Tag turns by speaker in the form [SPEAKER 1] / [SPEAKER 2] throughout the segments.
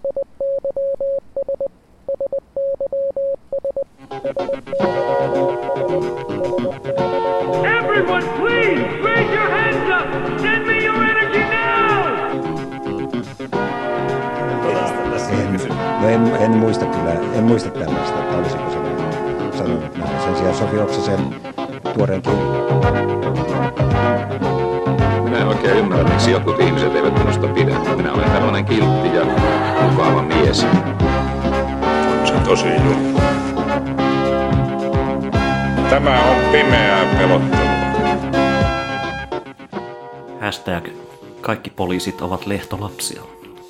[SPEAKER 1] Everyone, please, raise your hands up! Send me your energy now!
[SPEAKER 2] En muista kyllä, en muista tällaista, että olisiko se sanonut näin. Sen sijaan Sofi Oksasen tuoreen
[SPEAKER 3] Minä en oikein ymmärrä, miksi jotkut ihmiset eivät minusta pidä. Minä olen tällainen kiltti ja mukava mies. On se tosi juttu. Tämä on pimeää pelottelua.
[SPEAKER 4] Hashtag kaikki poliisit ovat lehtolapsia.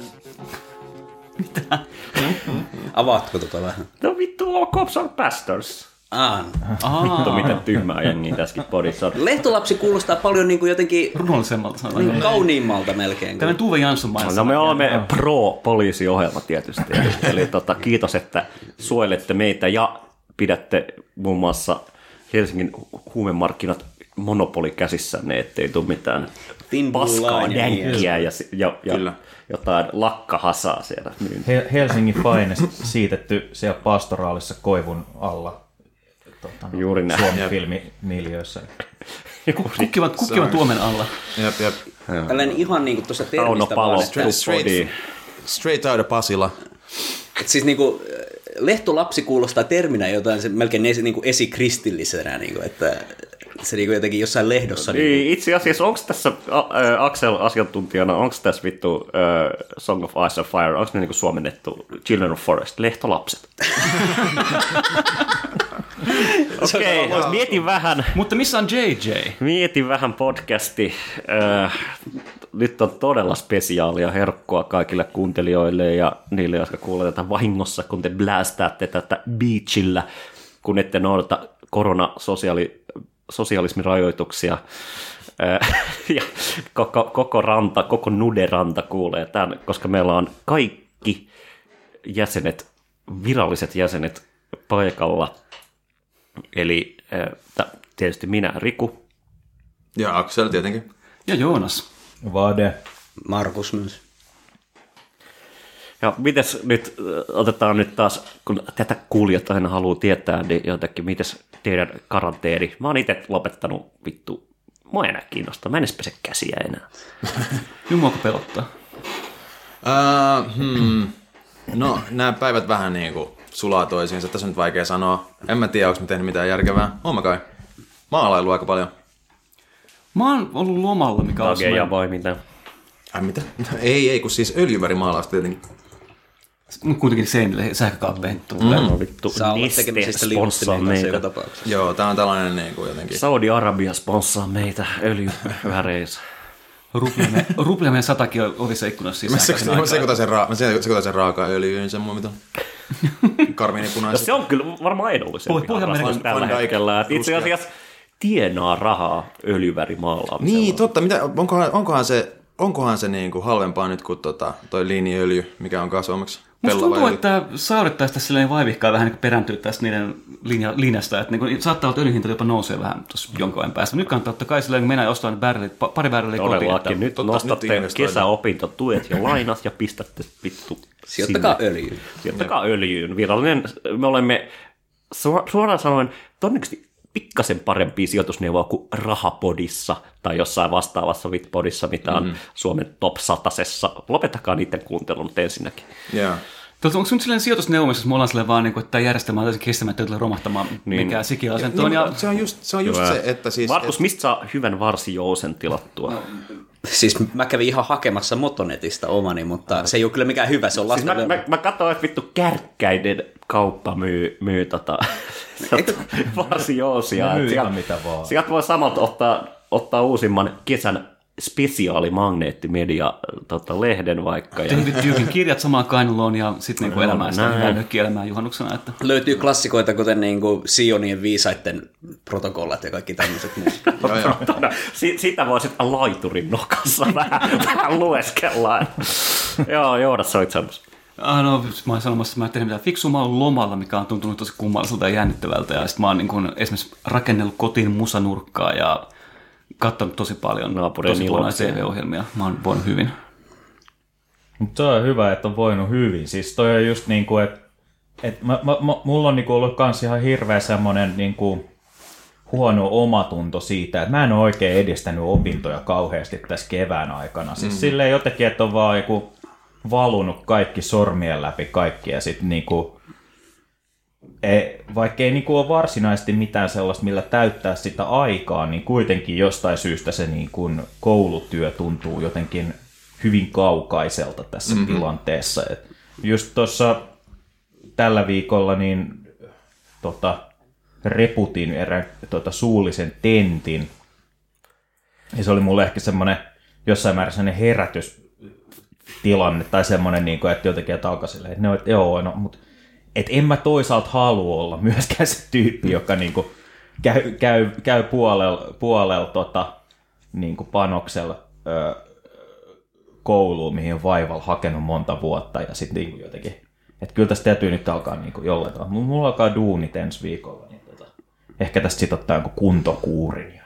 [SPEAKER 5] Mitä? Avaatko tota vähän?
[SPEAKER 4] No vittu, all cops are bastards. Vittu, miten tyhmää jengiä tässäkin podissa on.
[SPEAKER 5] Lehtolapsi kuulostaa paljon niin kuin jotenkin
[SPEAKER 6] runollisemmalta.
[SPEAKER 5] Niin kauniimmalta melkein.
[SPEAKER 6] Tällainen Tuve Jansson mainitsi.
[SPEAKER 4] No me olemme pro-poliisiohjelma tietysti. Eli kiitos, että suojelette meitä ja pidätte muun muassa Helsingin huumemarkkinat monopoli käsissänne, ettei tule mitään paskaa dänkiä ja jotain lakkahasaa siellä.
[SPEAKER 7] Helsingin Finest siitetty siellä pastoraalissa koivun alla.
[SPEAKER 4] Juuri näin.
[SPEAKER 7] Suomi-filmimiljöissä.
[SPEAKER 6] Kukkivan tuomen alla.
[SPEAKER 8] Jep.
[SPEAKER 5] Tällainen ihan niin kuin tuossa termistä vaan.
[SPEAKER 8] Straight out of Pasila.
[SPEAKER 5] Siis niin kuin lehtolapsi kuulostaa terminä jotain se melkein niin kuin esikristillisenä, niin kuin, että se niin kuin jotenkin jossain lehdossa.
[SPEAKER 4] Niin, itse asiassa onko tässä Axel asiantuntijana, onko tässä vittu Song of Ice and Fire, onko ne niin kuin suomennettu Children of Forest, lehtolapset? Okei, mietin vähän.
[SPEAKER 6] Mutta missä on JJ?
[SPEAKER 4] Mietin vähän podcasti. Nyt on todella spesiaalia herkkua kaikille kuuntelijoille ja niille, jotka kuulevat tätä vahingossa, kun te blästäätte tätä beachillä, kun ette noudata koronasosialismin rajoituksia. Ja koko nuderanta kuulee tämän, koska meillä on kaikki jäsenet, viralliset jäsenet paikalla. Eli tietysti minä, Riku.
[SPEAKER 8] Ja Axel tietenkin.
[SPEAKER 6] Ja Joonas.
[SPEAKER 7] Vade.
[SPEAKER 5] Markus myös.
[SPEAKER 4] Ja mites nyt, otetaan nyt taas, kun tätä kuulijat aina haluaa tietää, niin jotenkin, mites teidän karanteeni? Mä oon itse lopettanut vittu, mua ei enää kiinnostaa, mä en edes pese käsiä enää.
[SPEAKER 6] Nyt muako pelottaa?
[SPEAKER 8] No, nämä päivät vähän niin kuin sulaa toisiinsa, tässä on nyt vaikea sanoa. En mä tiedä, onko mä tehnyt mitään järkevää. Oon mä kai. Maalailu aika paljon.
[SPEAKER 6] Mä oon ollut lomalla, mikä on
[SPEAKER 4] Tageja vai mitä?
[SPEAKER 8] Mitä? Ei, kun siis öljyvärimaalausta tietenkin.
[SPEAKER 6] Kuitenkin seinille sähkökaappeihin
[SPEAKER 5] tulee. Saa olla tekemisistä limustimien kanssa joka tapauksessa.
[SPEAKER 8] Joo, tää on tällainen niin kuin jotenkin.
[SPEAKER 4] Saudi-Arabia sponssaa meitä öljyväreissä.
[SPEAKER 6] Rupliamien 100kin oli se ikkunassa sisään.
[SPEAKER 8] Mä sekoitan sen raakaöljyyn, sen mua mitä karmiinipunaisen.
[SPEAKER 4] Se on kyllä varmaan edullisempi tällä hetkellä. Itse asiassa tienaa rahaa öljyvärimaalaamisella.
[SPEAKER 8] Niin, totta. Onkohan se niin kuin halvempaa nyt kuin toi liiniöljy, mikä on suomeksi?
[SPEAKER 6] Musta tuntuu, että saudittaisi tässä silleen vaivihkaa vähän niin perääntyä tästä niiden linjasta, että niin saattaa olla öljyhinta jopa nousee vähän tuossa jonkin ajan päästä. Nyt kannattaa totta kai silleen, kun mennään ostamaan pari bärreliä kotiin.
[SPEAKER 4] Todellakin, nyt nostatte kesäopintotuet ja lainat ja pistätte vittu
[SPEAKER 5] Sijoittakaa öljyyn.
[SPEAKER 4] Sijoittakaa öljyyn. Virallinen, me olemme suoraan sanoen todennäköisesti pikkasen parempia sijoitusneuvoja kuin Rahapodissa tai jossain vastaavassa Vitpodissa, mitä on Suomen top 100:ssa. Lopettakaa niiden kuuntelun nyt ensinnäkin.
[SPEAKER 8] Yeah.
[SPEAKER 6] Onko se nyt sellainen sijoitusneuvo, jos me ollaan silleen vaan, että tämä järjestelmä on täysin kestämättä, että romahtamaan mikä sikiasentoon?
[SPEAKER 8] Niin, se on just se, että siis...
[SPEAKER 4] Markus, mistä saa hyvän varsijousen tilattua?
[SPEAKER 5] No, siis mä kävin ihan hakemassa Motonetista omani, mutta se ei ole kyllä mikään hyvä, se on lasten...
[SPEAKER 4] Siis mä katsoin, että vittu Kärkkäiden kauppa myy varsijousia. Sieltä voi samalta ottaa uusimman kesän spesiaalimagneettimedia lehden vaikka.
[SPEAKER 6] David Duken kirjat samaan kainuloon ja sitten niinku elämään sitä hyvää nökkielämää juhannuksena. Että...
[SPEAKER 5] Löytyy klassikoita, kuten niinku Sionien viisaitten protokollat ja kaikki tämmöiset muut.
[SPEAKER 4] Sitä voi sitten laiturin nokassa vähän lueskellaan. Joo, Joonas, sä olit semmoista.
[SPEAKER 6] No, mä oon sanomassa, että mä en tehnyt mitään fiksua. Mä oon lomalla, mikä on tuntunut tosi kummalliselta ja jännittävältä. Ja sitten mä oon niin kun, esimerkiksi rakennellut kotiin musanurkkaa ja katsonut tosi paljon tosi TV-ohjelmia. Mä oon voinut hyvin.
[SPEAKER 7] Mutta se on hyvä, että on voinut hyvin. Siis toi on just niinku, että mulla on niinku ollut kans ihan hirveä semmonen niinku huono omatunto siitä, että mä en ole oikein edistänyt opintoja kauheasti tässä kevään aikana. Siis silleen jotenkin, että on vaan joku valunut kaikki sormien läpi kaikki ja sitten niinku, vaikka ei niinku ole varsinaisesti mitään sellaista, millä täyttää sitä aikaa, niin kuitenkin jostain syystä se niinku koulutyö tuntuu jotenkin hyvin kaukaiselta tässä tilanteessa. Et just tuossa tällä viikolla niin reputin erään suullisen tentin. Ja se oli mulle ehkä semmoinen jossain määrin semmoinen herätystilanne tai semmoinen, että jotenkin alkoi silleen, että joo, no, mutta en mä toisaalta halua olla myöskään se tyyppi, joka niinku käy puolella niinku panoksella kouluun, mihin on vaivalla hakenut monta vuotta ja sitten niinku jotenkin, että kyllä tästä täytyy nyt alkaa niinku jollain tavalla. Mulla alkaa duunit ensi viikolla, niin ehkä tästä sit ottaa jonkun kuntokuurin.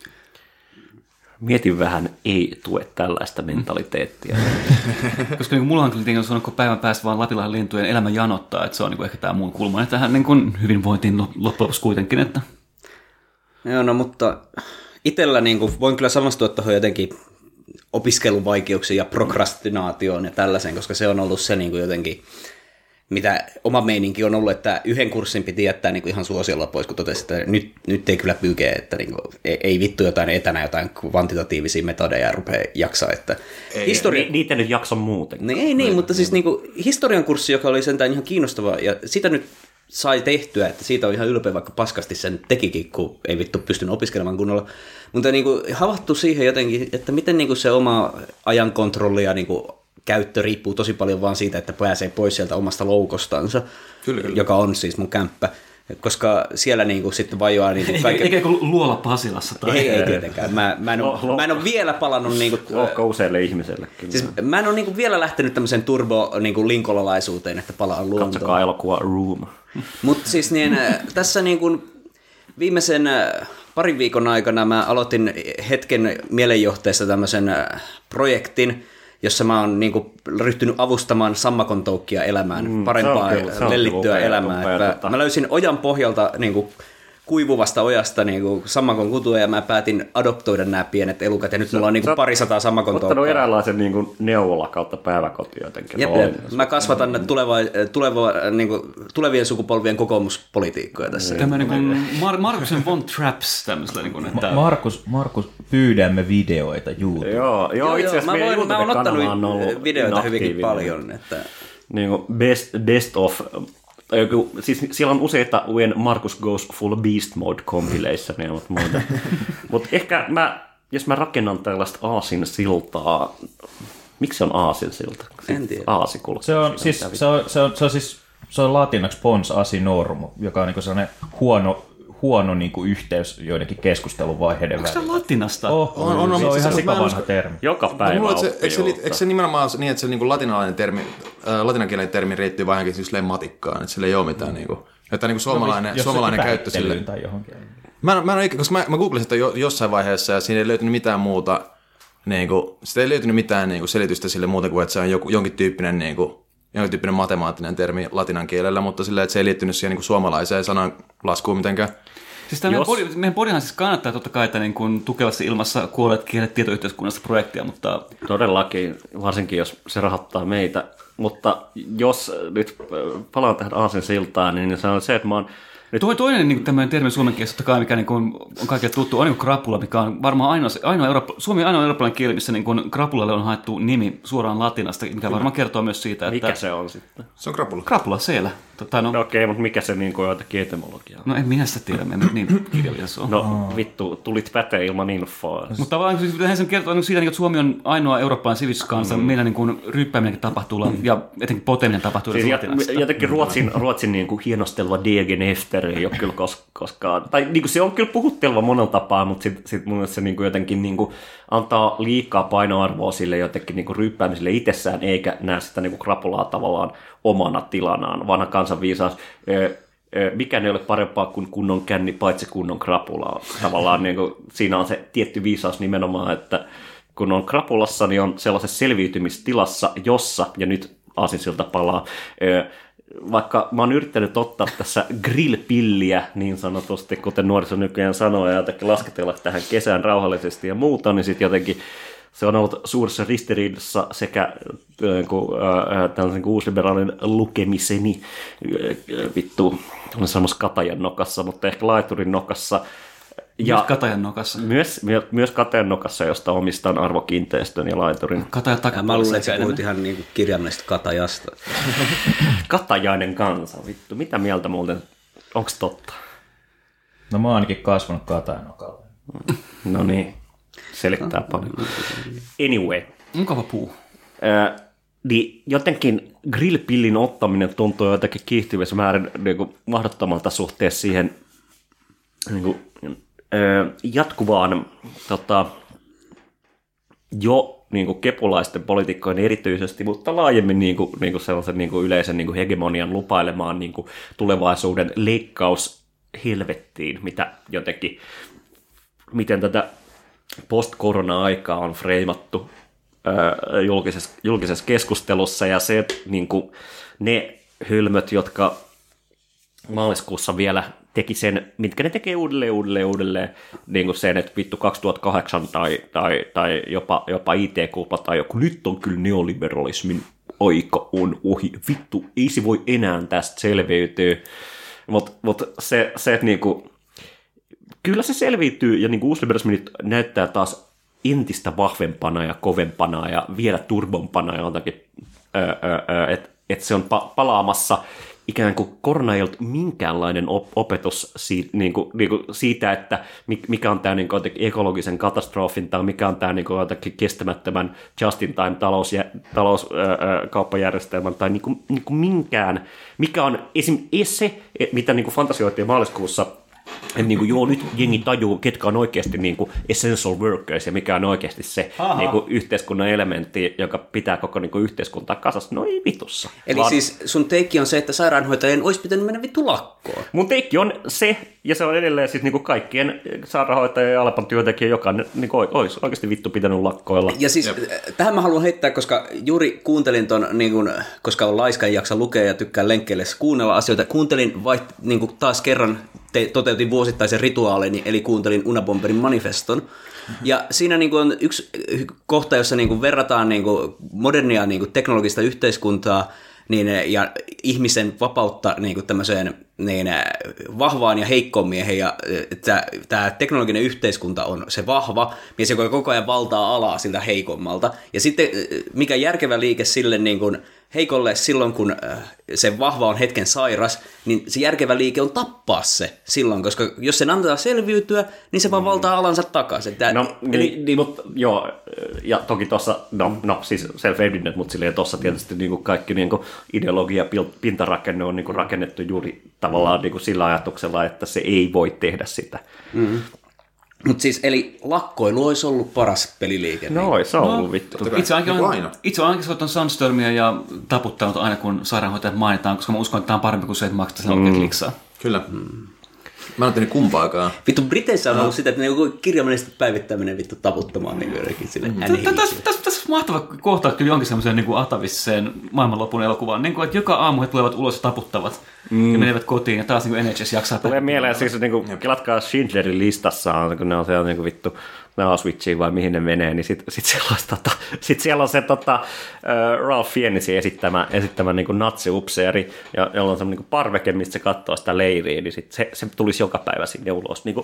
[SPEAKER 4] Mietin vähän, ei tue tällaista mentaliteettia.
[SPEAKER 6] Koska niin mulla on kyllä sanonut, kun päivän päästä vaan Lapinlahden lintujen elämä janottaa, että se on niin ehkä tämä mun kulma tähän niin hyvinvointiin loppujen lopuksi kuitenkin. Että...
[SPEAKER 5] Joo, no mutta itsellä niin voin kyllä samastua tuohon jotenkin opiskeluvaikeuksiin ja prokrastinaatioon ja tällaisen, koska se on ollut se niin jotenkin, mitä oma meininki on ollut, että yhden kurssin piti jättää niin ihan suosiolla pois, kun totesi, että nyt ei kyllä pyykeä, että niin ei vittu jotain etänä jotain kvantitatiivisia metodeja rupea jaksaa. Että
[SPEAKER 4] niitä nyt jaksa muuten.
[SPEAKER 5] Ei, mutta siis niin historian kurssi, joka oli sentään ihan kiinnostava, ja sitä nyt sai tehtyä, että siitä on ihan ylpeä, vaikka paskasti sen tekikin, kun ei vittu pystynyt opiskelemaan kunnolla. Mutta niin havahtui siihen jotenkin, että miten niin se oma ajankontrolli ja niin käyttö riippuu tosi paljon vaan siitä, että pääsee pois sieltä omasta loukostansa, kyllä. Joka on siis mun kämppä. Koska siellä niinku sitten vajoaa niinku kaiken...
[SPEAKER 6] Eikä kuin luola Pasilassa tai...
[SPEAKER 5] Ei tietenkään. Mä en ole vielä palannut niinku...
[SPEAKER 4] Lohko useille ihmiselle.
[SPEAKER 5] Siis mä en ole niinku vielä lähtenyt tämmöiseen turbo-linkolalaisuuteen, että palaan luontoon.
[SPEAKER 4] Katsokaa elokuva Room.
[SPEAKER 5] Mutta siis niin, tässä niinku viimeisen parin viikon aikana mä aloitin hetken mielenjohteessa tämmöisen projektin, jossa mä oon niinku ryhtynyt avustamaan sammakontoukkia elämään, parempaa lellittyä elämää. Mä löysin ojan pohjalta niinku kuivuvasta ojasta niinku sammakon kutua ja mä päätin adoptoida nämä pienet elukat ja nyt mulla on niinku 200 sammakontoukkaa.
[SPEAKER 4] Ottanut eräänlaisen niinku neuvola kautta päiväkoti jotenkin.
[SPEAKER 5] Jep. Mä kasvatan tulevien sukupolvien kokoomuspolitiikkoja tässä.
[SPEAKER 6] Tämä niinku Markusen von Traps tämmöisellä. Niinku, että...
[SPEAKER 7] Markus, pyydämme videoita YouTubeen.
[SPEAKER 4] Joo, itse asiassa meidän YouTube-kanava on ollut
[SPEAKER 5] videoita hyvinkin paljon. Että...
[SPEAKER 4] Niinku best of... Siis siellä on useita When Marcus Goes Full Beast Mode compilationia, mutta muuta. Mutta ehkä jos mä rakennan tällaista aasinsiltaa, miksi se on aasinsilta?
[SPEAKER 5] En tiedä.
[SPEAKER 4] Aasikulta.
[SPEAKER 7] Se on latinaksi pons asinorum, joka on niinku sellainen huono niinku yhteys joidenkin keskusteluvaiheiden välillä.
[SPEAKER 6] Onko se latinasta?
[SPEAKER 7] On, se on ihan sikavanha termi.
[SPEAKER 4] Joka päivä
[SPEAKER 8] eikö se nimenomaan niin, että se niinku latinalainen termi, latinankielinen termi riittyy vain johonkin siis matikkaan, että sillä ei ole mitään niinku, että niinku suomalainen käyttö sille.
[SPEAKER 7] Tai johonkin.
[SPEAKER 8] Koska mä googlasin sitä jossain vaiheessa ja siinä ei löytynyt mitään muuta, niinku, sitä ei löytynyt mitään niinku selitystä sille muuta kuin, että se on jonkin tyyppinen matemaattinen termi latinan kielellä, mutta silleen, että se ei liittynyt siihen niin suomalaiseen sananlaskuun mitenkään.
[SPEAKER 6] Siis meidän podihan siis kannattaa totta kai, että niin kuin tukevassa ilmassa kuolleet kielet tietoyhteiskunnasta projektia, mutta...
[SPEAKER 4] Todellakin, varsinkin jos se rahoittaa meitä. Mutta jos nyt palaan tähän aasinsiltaan, niin se on se, että mä oon...
[SPEAKER 6] Toinen niin tämmöinen termi suomen kielessä, totta kai, mikä niin kuin, on kaikille tuttu, on niin krapula, mikä on varmaan Suomi ainoa eurooppalainen kieli, missä niin krapulalle on haettu nimi suoraan latinasta, mikä varmaan kertoo myös siitä, että...
[SPEAKER 4] Mikä se on sitten?
[SPEAKER 8] Se on krapula.
[SPEAKER 6] Krapula siellä.
[SPEAKER 4] Okei, mutta mikä se niin on jotenkin etymologia?
[SPEAKER 6] No en minä sitä tiedä, me niin kirjallisessa on.
[SPEAKER 4] No vittu, tulit päteen ilman infoa.
[SPEAKER 6] Mutta vaan siis sen kertoo siitä, että Suomi on ainoa eurooppalainen sivistyskansa, meillä niin ryppääminenkin tapahtuu, ja etenkin poteminen tapahtuu siis latinasta.
[SPEAKER 4] Jotenkin Ruotsin niin kuin hienosteleva Degen Efter ei ole kyllä koskaan, tai niin kuin se on kyllä puhutteleva monella tapaa, mutta sit mun mielestä se niin kuin jotenkin niin kuin antaa liikaa painoarvoa sille jotenkin niin kuin ryppäämiselle itsessään, eikä näe sitä niin kuin krapulaa tavallaan omana tilanaan. Vanha kansanviisaus, mikään ei ole parempaa kuin kunnon känni, paitsi kunnon krapulaa. Tavallaan niin kuin, siinä on se tietty viisaus nimenomaan, että kun on krapulassa, niin on sellaisessa selviytymistilassa, jossa, ja nyt aasinsilta palaa, vaikka mä oon yrittänyt ottaa tässä grillpilliä niin sanotusti, kuten nuoriso nykyään sanoo, ja jotenkin lasketella tähän kesään rauhallisesti ja muuta, niin sitten jotenkin se on ollut suuressa ristiriidassa sekä tällaisen uusliberaalin lukemiseni vittu, olen sanomassa Katajan nokassa, mutta ehkä laiturin nokassa. Ja
[SPEAKER 6] myös Katajan nokassa.
[SPEAKER 4] Myös Katajan nokassa, josta omistan arvokiinteistön ja laiturin.
[SPEAKER 6] Katajan takapuolella.
[SPEAKER 5] Mä luulen, että sä puhut ihan niin kirjaimellisesti Katajasta.
[SPEAKER 4] Katajainen kansa, vittu. Mitä mieltä muuten? Onko totta?
[SPEAKER 7] No mä oon ainakin kasvanut Katajan nokalla.
[SPEAKER 4] No niin, selittää paljon. Anyway.
[SPEAKER 6] Mukava puu.
[SPEAKER 4] Niin jotenkin grillpillin ottaminen tuntuu jotenkin kiihtyvissä määrin niin mahdottomalta suhteessa siihen niin jatkuvaan jo niin kepulaisten poliitikkojen erityisesti, mutta laajemmin niin sellaisen niin yleisen niin hegemonian lupailemaan niin tulevaisuuden leikkaus helvettiin, mitä jotenkin, miten tätä post-korona-aikaa on freimattu julkisessa keskustelussa, ja se, että niin ne hölmöt, jotka maaliskuussa vielä teki sen, mitkä ne tekee uudelleen, niin kuin sen, että vittu 2008 tai jopa IT-kulpa tai joku, nyt on kyllä neoliberalismin aika on ohi, vittu, ei se voi enää tästä selviytyä, mutta se että niinku, kyllä se selviytyy, ja niinku uusliberalismi näyttää taas entistä vahvempana ja kovempana ja vielä turbompana jotakin, että se on palaamassa ikään kuin korona ei ollut minkäänlainen opetus siitä, että mikä on tämä niin ekologisen katastrofin tai mikä on tämä niin jotenkin kestämättömän just-in-time talouskauppajärjestelmän tai niin minkään, mikä on esimerkiksi se, mitä niin fantasioitiin maaliskuussa, että niin joo, nyt jengi tajuu, ketkä on oikeasti niin essential workers ja mikä on oikeasti se niin yhteiskunnan elementti, joka pitää koko niin yhteiskuntaa kasassa. No ei vitussa.
[SPEAKER 5] Eli siis sun teikki on se, että sairaanhoitajien olisi pitänyt mennä vittu lakkoon.
[SPEAKER 4] Mun teikki on se, ja se on edelleen siis niin kaikkien sairaanhoitajien ja Alepan työntekijän, joka niin olisi oikeasti vittu pitänyt lakkoilla.
[SPEAKER 5] Ja siis tähän mä haluan heittää, koska juuri kuuntelin ton, niin kun, koska on laiska, en jaksa lukea ja tykkään lenkkeille kuunnella asioita, kuuntelin niin taas kerran toteutin vuosittaisen rituaalini, eli kuuntelin Unabomberin manifeston. Ja siinä niin kuin on yksi kohta, jossa niin kuin verrataan niin kuin modernia niin kuin teknologista yhteiskuntaa niin, ja ihmisen vapautta niin kuin tämmöiseen niin, vahvaan ja heikkoon miehen. Ja tämä teknologinen yhteiskunta on se vahva mies, joka koko ajan valtaa alaa siltä heikommalta. Ja sitten mikä järkevä liike sille niin kuin heikolle silloin, kun se vahva on hetken sairas, niin se järkevä liike on tappaa se silloin, koska jos sen antaa selviytyä, niin se vaan valtaa alansa takaisin.
[SPEAKER 4] Mutta joo, ja toki tuossa, siis self-evident, mutta silleen tuossa tietysti niin kuin kaikki niin kuin ideologia ja pintarakenne on niin kuin rakennettu juuri tavallaan niin kuin sillä ajatuksella, että se ei voi tehdä sitä.
[SPEAKER 5] Mm-hmm. Mutta siis, eli lakkoilu olisi ollut paras peliliike.
[SPEAKER 4] No, se on ollut vittu.
[SPEAKER 6] Itse olen ainakin soittanut Sandstormia ja taputtanut aina, kun sairaanhoitajat mainitaan, koska mä uskon, että tämä on parempi kuin se, että maksetaan sen oikein kliksaa.
[SPEAKER 8] Kyllä. Mä en ole tehnyt kumpaakaan.
[SPEAKER 5] Vittu, Briteissä on ollut sitä, että ne joku kirjaimellisesti päivittäminen vittu taputtamaan niin jotenkin sille
[SPEAKER 6] Tässä on mahtava kohtaa kyllä jonkin semmoiseen niin ataviseen maailmanlopun elokuvaan, niin kuin, että joka aamu he tulevat ulos ja taputtavat ja menevät kotiin ja taas niin NHS jaksaa.
[SPEAKER 4] Tulee mieleen siis, niin kelatkaa Schindlerin listassa, kun ne on siellä niin vittu Auschwitziin vai mihin ne menee, niin sit siellä on se Ralph Fiennesin esittämä niin natsiupseeri, jolla on semmoinen niin parveke, mistä se katsoo sitä leiriä, niin sit se tulisi joka päivä sinne ulos. Niin kuin...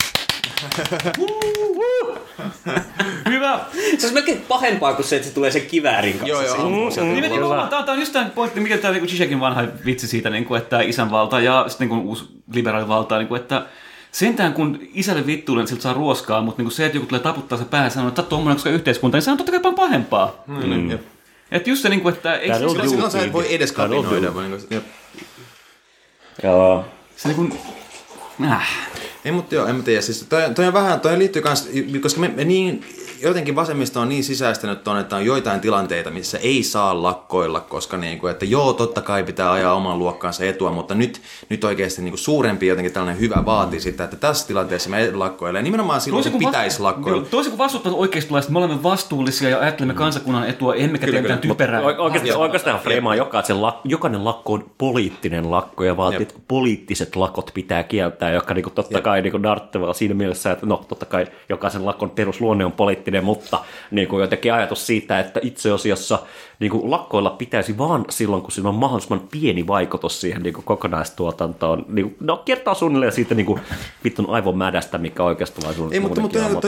[SPEAKER 6] Hyvä!
[SPEAKER 5] Se on melkein pahempaa kuin se, että se tulee sen kiväärin kanssa.
[SPEAKER 6] Joo. Tämä on just tämä pointti, mikä tämä Zizek'in vanha vitsi siitä, että isänvalta ja sitten uusi liberaalivalta, että sentään kun isälle vittuulen, siltä saa ruoskaa, mutta se, että joku tulee taputtaa se päähän ja sanoo, että tuommoinen koska yhteiskunta, niin se on totta kai pahempaa. Että just se, että...
[SPEAKER 8] Silloin sä et voi edes kapinoida.
[SPEAKER 4] Joo.
[SPEAKER 6] Se
[SPEAKER 8] Ei, mutta joo, en mä tiedä. Siis toi liittyy kans, koska me niin, jotenkin vasemmisto on niin sisäistänyt tuonne, että on joitain tilanteita, missä ei saa lakkoilla, koska niinku, että joo, totta kai pitää ajaa oman luokkaansa etua, mutta nyt oikeasti niinku suurempi jotenkin tällainen hyvä vaatii sitä, että tässä tilanteessa me lakkoille. Ja nimenomaan silloin se pitäisi lakkoilla.
[SPEAKER 6] Toisin kuin vastuuttaa oikeistolaiset, me olemme vastuullisia ja ajattelemme kansakunnan etua, emmekä tee mitään typerää.
[SPEAKER 4] Oikeastaan freimaa jokainen lakko on poliittinen lakko ja vaatii, että poliittiset lakot pitää kieltää, joka niinku, totta kai niinku darttavaa siinä mielessä, että no totta kai jokaisen lakon perusluonne on poliittinen, mutta niinku, jotenkin ajatus siitä, että itse asiassa niinku, lakkoilla pitäisi vaan silloin, kun siinä on mahdollisimman pieni vaikutus siihen niinku, kokonaistuotantoon. Niinku, no kertaa suunnilleen siitä niinku, vittun aivomädästä, mikä oikeastolaisuudessa
[SPEAKER 8] ei, mutta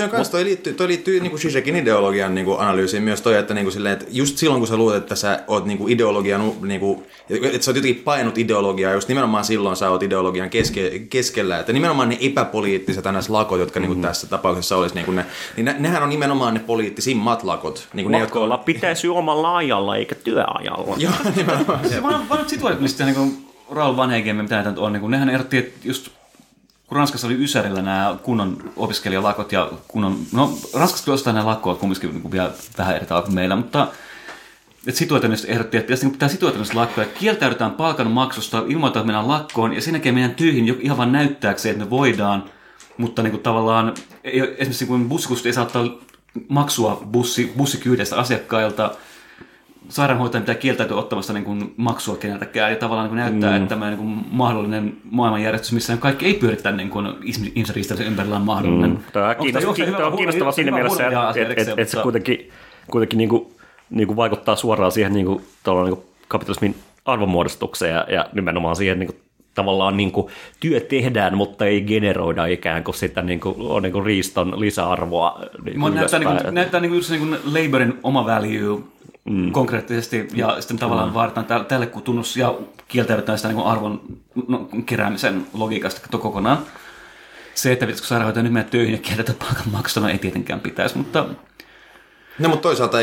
[SPEAKER 8] toi liittyy niinku Žižekin ideologian niinku analyysiin myös toi, että niinku silleen, että just silloin kun sä luulet, että sä oot niinku ideologian niinku, että sä oot jotenkin painut ideologiaa, just nimenomaan silloin sä oot ideologian keskellä, että nimenomaan ne epäpoliittiset lakot, jotka niinku tässä tapauksessa olisi niinku ne, niin nehän on nimenomaan ne poliittisimmat lakot. Niinku
[SPEAKER 4] lakkoilla pitäisi omalla ajalla eikä työajalla.
[SPEAKER 6] Joo, nimenomaan. Vanhat situaatit, niin kuin Raul Vanhegem, mitä näitä on, niin nehän erotti, että just kun Ranskassa oli Ysärillä nämä kunnon opiskelijalakot ja kunnon, no Ranskassa kyllä ostaa nämä lakkoa kumminkin niin vielä vähän eri tavalla kuin meillä, mutta että situaationista ehdotti, että jos pitää situaationista lakkoa ja kieltäydytään palkan maksusta, ilmoitetaan, että mennään lakkoon ja sen jälkeen mennään tyhjin ihan vaan näyttääkseen, että me voidaan, mutta niin kuin tavallaan esimerkiksi kun bussikustit ei saa ottaa maksua bussikyydestä asiakkailta, sairaanhoitajan pitää kieltäytyä ottamasta niin kuin maksua keneltäkään ja tavallaan niin kuin näyttää, että tämä niin kuin mahdollinen maailmanjärjestys, missä kaikki ei pyöritä niin kuin ihmisriistämisen ympärillä on mahdollinen.
[SPEAKER 4] Tämä on kiinnostava siinä mielessä, että se kuitenkin niin kuin vaikuttaa suoraan siihen niin kuin kapitalismin arvonmuodostukseen ja nimenomaan siihen niin kuin, tavallaan niin kuin, työ tehdään, mutta ei generoida ikään kuin sitä niin kuin, on niin kuin riiston lisäarvoa. Niin
[SPEAKER 6] näyttää niin kuin Labourin oma value konkreettisesti ja sitten tavallaan vaaditaan tälle kun tunnus ja kieltäydytään sitä niin kuin arvon keräämisen logiikasta kokonaan. Se, että pitäisikö sairaanhoitaja nyt mennä töihin ja kieltäytyä palkan maksuna, ei tietenkään pitäisi, mutta...
[SPEAKER 8] No, mutta toisaalta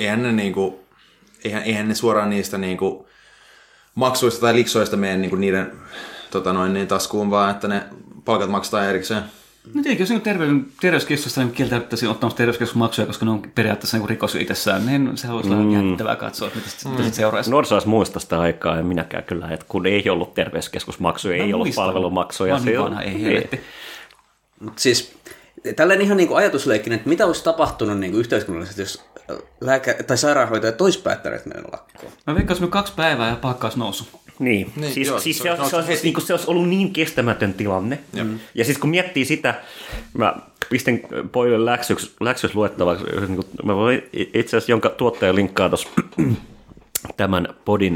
[SPEAKER 8] eihän ne suoraan niistä niinku maksuista tai liksoista mene niinku niiden taskuun, vaan että ne palkat maksetaan erikseen.
[SPEAKER 6] No tietenkin, jos terveyskeskusta niin kieltäyttäisiin ottamassa terveyskeskusmaksuja, koska ne on periaatteessa niin rikos itsessään, niin se olisi vähän jännittävää katsoa, mitä sitten seuraisi.
[SPEAKER 4] Nuoriso olisi muista sitä aikaa, ja minäkään kyllä, että kun ei ollut terveyskeskusmaksuja, ei ollut palvelumaksuja.
[SPEAKER 6] Ei helvetti.
[SPEAKER 5] Siis tällainen ihan niin kuin ajatusleikkinen, että mitä olisi tapahtunut niin kuin yhteiskunnallisesti, jos tai sairaanhoitaja toisi päättäneet mennä lakkoon?
[SPEAKER 6] Mä veikkaisin 2 päivää ja palkka olisi noussut.
[SPEAKER 4] Niin, siis se olisi ollut niin kestämätön tilanne. Ja siis kun miettii sitä, mä pistin pojille läksyksi luettavaksi, mä voin itse asiassa jonka tuottaja linkkaa tuossa tämän podin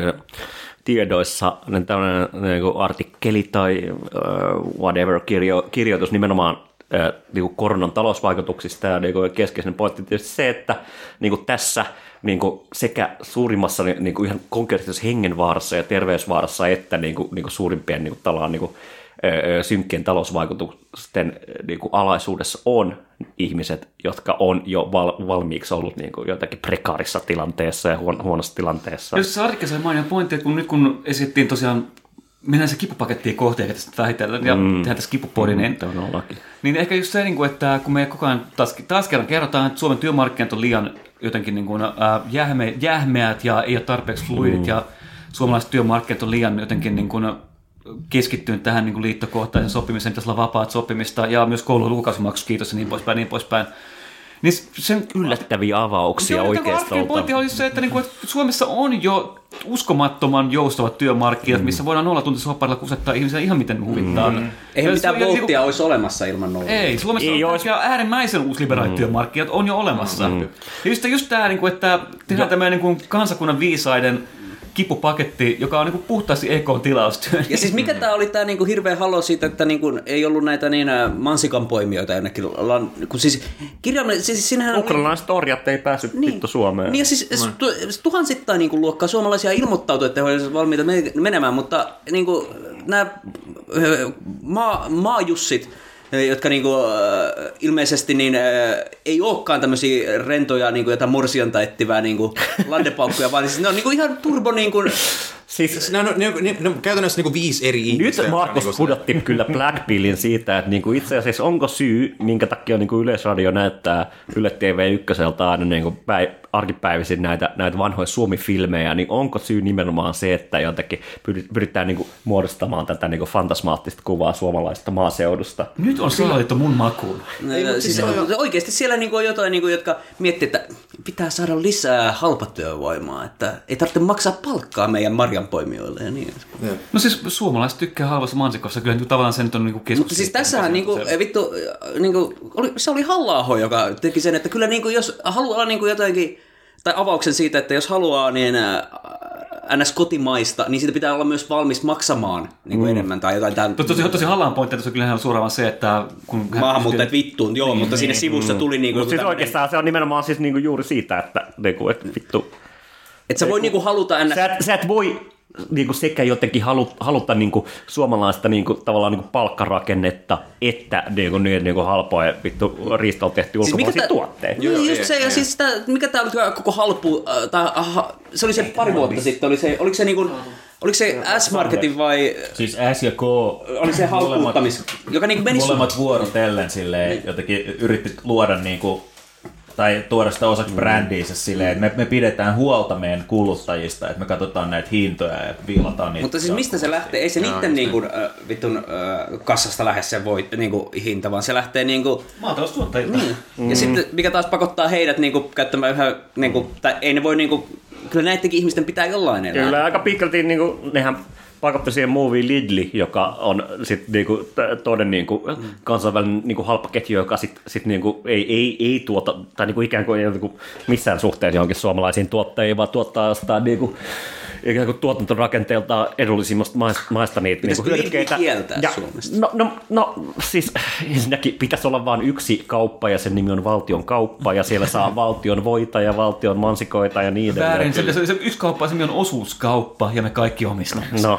[SPEAKER 4] tiedoissa, tämmöinen artikkeli tai whatever kirjoitus nimenomaan niin koronan talousvaikutuksista ja niin keskeinen pointti tietysti se, että niin tässä niin sekä suurimmassa niin ihan konkreettisessa hengenvaarassa ja terveysvaarassa että niin suurimpien niin synkkien talousvaikutusten niin alaisuudessa on ihmiset, jotka on jo valmiiksi ollut niin jotakin prekaarissa tilanteessa ja huonossa tilanteessa.
[SPEAKER 6] Jos se artikkelissa mainio pointti, että nyt kun esittiin tosiaan mennään se kipupakettiin kohti, eikä tästä vähitellen, ja tehdään tässä kipupodin, niin ehkä just se, että kun me koko ajan taas kerran kerrotaan, että Suomen työmarkkinat on liian jotenkin niin kuin, jähmeät ja ei ole tarpeeksi fluidit, ja suomalaiset työmarkkinat on liian jotenkin niin kuin keskittynyt tähän niin kuin liittokohtaisen sopimiseen, pitäisi olla vapaat sopimista, ja myös koulun lukukausimaksu, kiitos ja niin poispäin. Niin sen
[SPEAKER 4] yllättäviä avauksia oikeastaan.
[SPEAKER 6] Pointti oli se, että Suomessa on jo uskomattoman joustavat työmarkkinat, missä voidaan nollatuntisopparilla kusettaa ihmisiä ihan miten huvittaa.
[SPEAKER 5] Eihän mitään volttia olisi olemassa ilman nollaa.
[SPEAKER 6] Ei, Suomessa on äärimmäisen uusliberaalit työmarkkinat on jo olemassa. Ja just tämä, että tehdään tämmöinen kansakunnan viisaiden kipupaketti, joka on puhtaasti EK-tilaustyö.
[SPEAKER 5] Ja siis mikä tämä oli tämä hirveä halo siitä, että ei ollut näitä mansikanpoimijoita jonnekin.
[SPEAKER 4] Ukrainalaiset orjat ei päässyt vittu Suomeen.
[SPEAKER 5] Niin ja siis tuhansittain luokkaa suomalaisia ilmoittautui, että he olisivat valmiita menemään, mutta nämä maajussit, jotka ilmeisesti ei olekaan tämmöisiä rentoja jotain morsianta etsivää landepaukkuja, vaan siis ne on ihan turbo
[SPEAKER 4] Siis
[SPEAKER 8] Ne on käytännössä niinku 5 eri ihmistä.
[SPEAKER 4] nyt Markus
[SPEAKER 8] niinku
[SPEAKER 4] pudotti kyllä Black Pillin siitä, että niinku itse asiassa onko syy, minkä takia niinku Yleisradio näyttää Yle TV1 aina niinku arkipäivisin näitä vanhoja Suomi-filmejä, niin onko syy nimenomaan se, että jotenkin pyritään niinku muodostamaan tätä niinku fantasmaattista kuvaa suomalaisesta maaseudusta?
[SPEAKER 6] Nyt on salatettu mun makuun.
[SPEAKER 5] Siis oikeasti siellä niinku on jotain, niinku, jotka miettii, että pitää saada lisää halpatyövoimaa, että ei tarvitse maksaa palkkaa meidän marjanpoimijoille ja niin.
[SPEAKER 6] No siis suomalaiset tykkää halvassa mansikossa, kyllä tavallaan se nyt on niinku keskus.
[SPEAKER 5] Mutta siis tässähän niinku, vittu, niinku, se oli Halla-aho, joka teki sen, että kyllä niinku, jos haluaa niinku jotenkin, tai avauksen siitä, että jos haluaa niin ns. Kotimaista, niin siitä pitää olla myös valmis maksamaan niin enemmän tai jotain.
[SPEAKER 6] Tosi Hallaan pointti, että se on kyllähän suoraan se, että kun
[SPEAKER 5] maahanmuuttajat vittuun, joo, mutta siinä sivussa tuli niinku...
[SPEAKER 4] Mutta siis oikeastaan se on nimenomaan siis niinku juuri siitä, että vittu...
[SPEAKER 5] Että sä voi niinku haluta ns.
[SPEAKER 4] Sä et voi niinku sekä jotenkin haluta niinku suomalaista niinku tavallaan niinku palkkarakennetta, että niinku halpoja vittu riistolla tehty ulkomaisia tuotteita.
[SPEAKER 5] Niin just se, ja siis mikä tää oli koko halpu, se oli se pari vuotta sitten, oliko se S-Marketin vai...
[SPEAKER 7] Siis S ja K.
[SPEAKER 5] Oli se halpuuttamis, joka niinku meni...
[SPEAKER 7] Molemmat vuorotellen silleen, jotenkin yritti luoda niinku... tai tuoda sitä osaksi brändiinsä silleen, että me pidetään huolta meidän kuluttajista, että me katsotaan näitä hintoja ja viilataan niitä.
[SPEAKER 5] Mutta siis mistä se lähtee? Ei se niitten niinku, vittun kassasta lähde se niinku, hinta, vaan se lähtee niinku...
[SPEAKER 6] maataloustuottajilta.
[SPEAKER 5] Niin. Ja sitten mikä taas pakottaa heidät niinku, käyttämään yhä... Niinku, tai ei ne voi niinku... Kyllä näidenkin ihmisten pitää jollain elää.
[SPEAKER 4] Kyllä aika pitkälti niinku, nehän pakotti siihen Movie Lidli, joka on sit niinku toden niinku kansainvälinen niinku halpaketju, joka sit niinku ei tuota tai niinku ikään kuin ei niinku missään suhteessa johonkin suomalaisiin tuottajiin, vaan tuottaa jostain niinku ikään kuin tuotantorakenteeltaan edullisimmasta maista niitä niinku hyödykkeitä.
[SPEAKER 5] Ja Suomesta?
[SPEAKER 4] No siis ensinnäkin pitäisi olla vain yksi kauppa ja sen nimi on valtion kauppa ja siellä saa valtion voita ja valtion mansikoita ja niin edelleen.
[SPEAKER 6] Väärin, se yksi kauppa ja se nimi on osuuskauppa ja me kaikki omistamme.
[SPEAKER 4] No,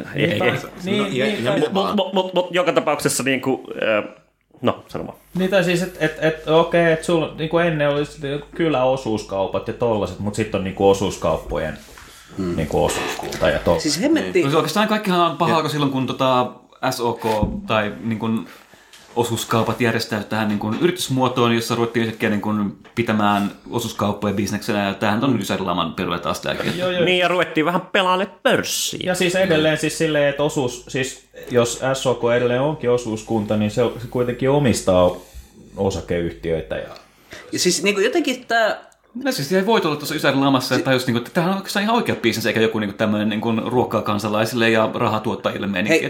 [SPEAKER 7] Mutta
[SPEAKER 4] joka tapauksessa niinku... No, sano vaan.
[SPEAKER 7] Niin tai siis, että okei, että sulla niinku ennen oli kyllä osuuskaupat ja tollaset, mutta sitten on niinku osuuskauppojen niinku osuuskunta ja tollaset.
[SPEAKER 5] Siis hemmetti...
[SPEAKER 6] No, oikeastaan kaikkihan on pahaa, silloin kun SOK tai niin kuin osuuskaupat järjestää tähän niin kuin yritysmuotoon, jossa ruvettiin yhtäkkiä niin kuin pitämään osuuskauppoja bisneksenä, ja tämähän on ysärilaman perue taas tämäkin.
[SPEAKER 4] Niin, ja ruvettiin vähän pelaalle pörssiin.
[SPEAKER 7] Ja siis edelleen siis silleen, että siis jos SOK edelleen onkin osuuskunta, niin se kuitenkin omistaa osakeyhtiöitä.
[SPEAKER 5] Ja siis niin kuin jotenkin tämä...
[SPEAKER 6] No siis ei voi olla tuossa ysärilamassa, että just, niin kuin, tämähän on oikeastaan ihan oikea bisnes, eikä joku niin tämmöinen niin ruokkaa kansalaisille ja rahatuottajille menikin.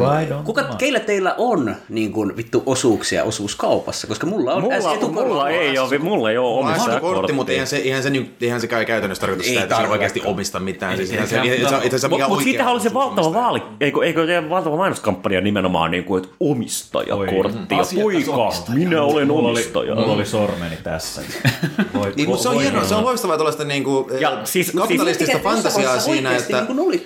[SPEAKER 5] Keillä teillä on niin kuin, vittu osuuksia osuuskaupassa? Koska mulla on
[SPEAKER 4] mulla ei ole omissa
[SPEAKER 8] kortti, mutta eihän se käy käytännössä tarkoita sitä, että se oikeasti omista mitään.
[SPEAKER 4] Mutta siitähän oli se valtava eikö valtava mainoskampanja nimenomaan, niin kuin, että omistajakortti ja poika, minä olen omistaja.
[SPEAKER 7] Mulla oli sormeni tässä.
[SPEAKER 8] Se on hienoa, se on loistavaa tuollaista niinku kapitalistista fantasiaa siinä, että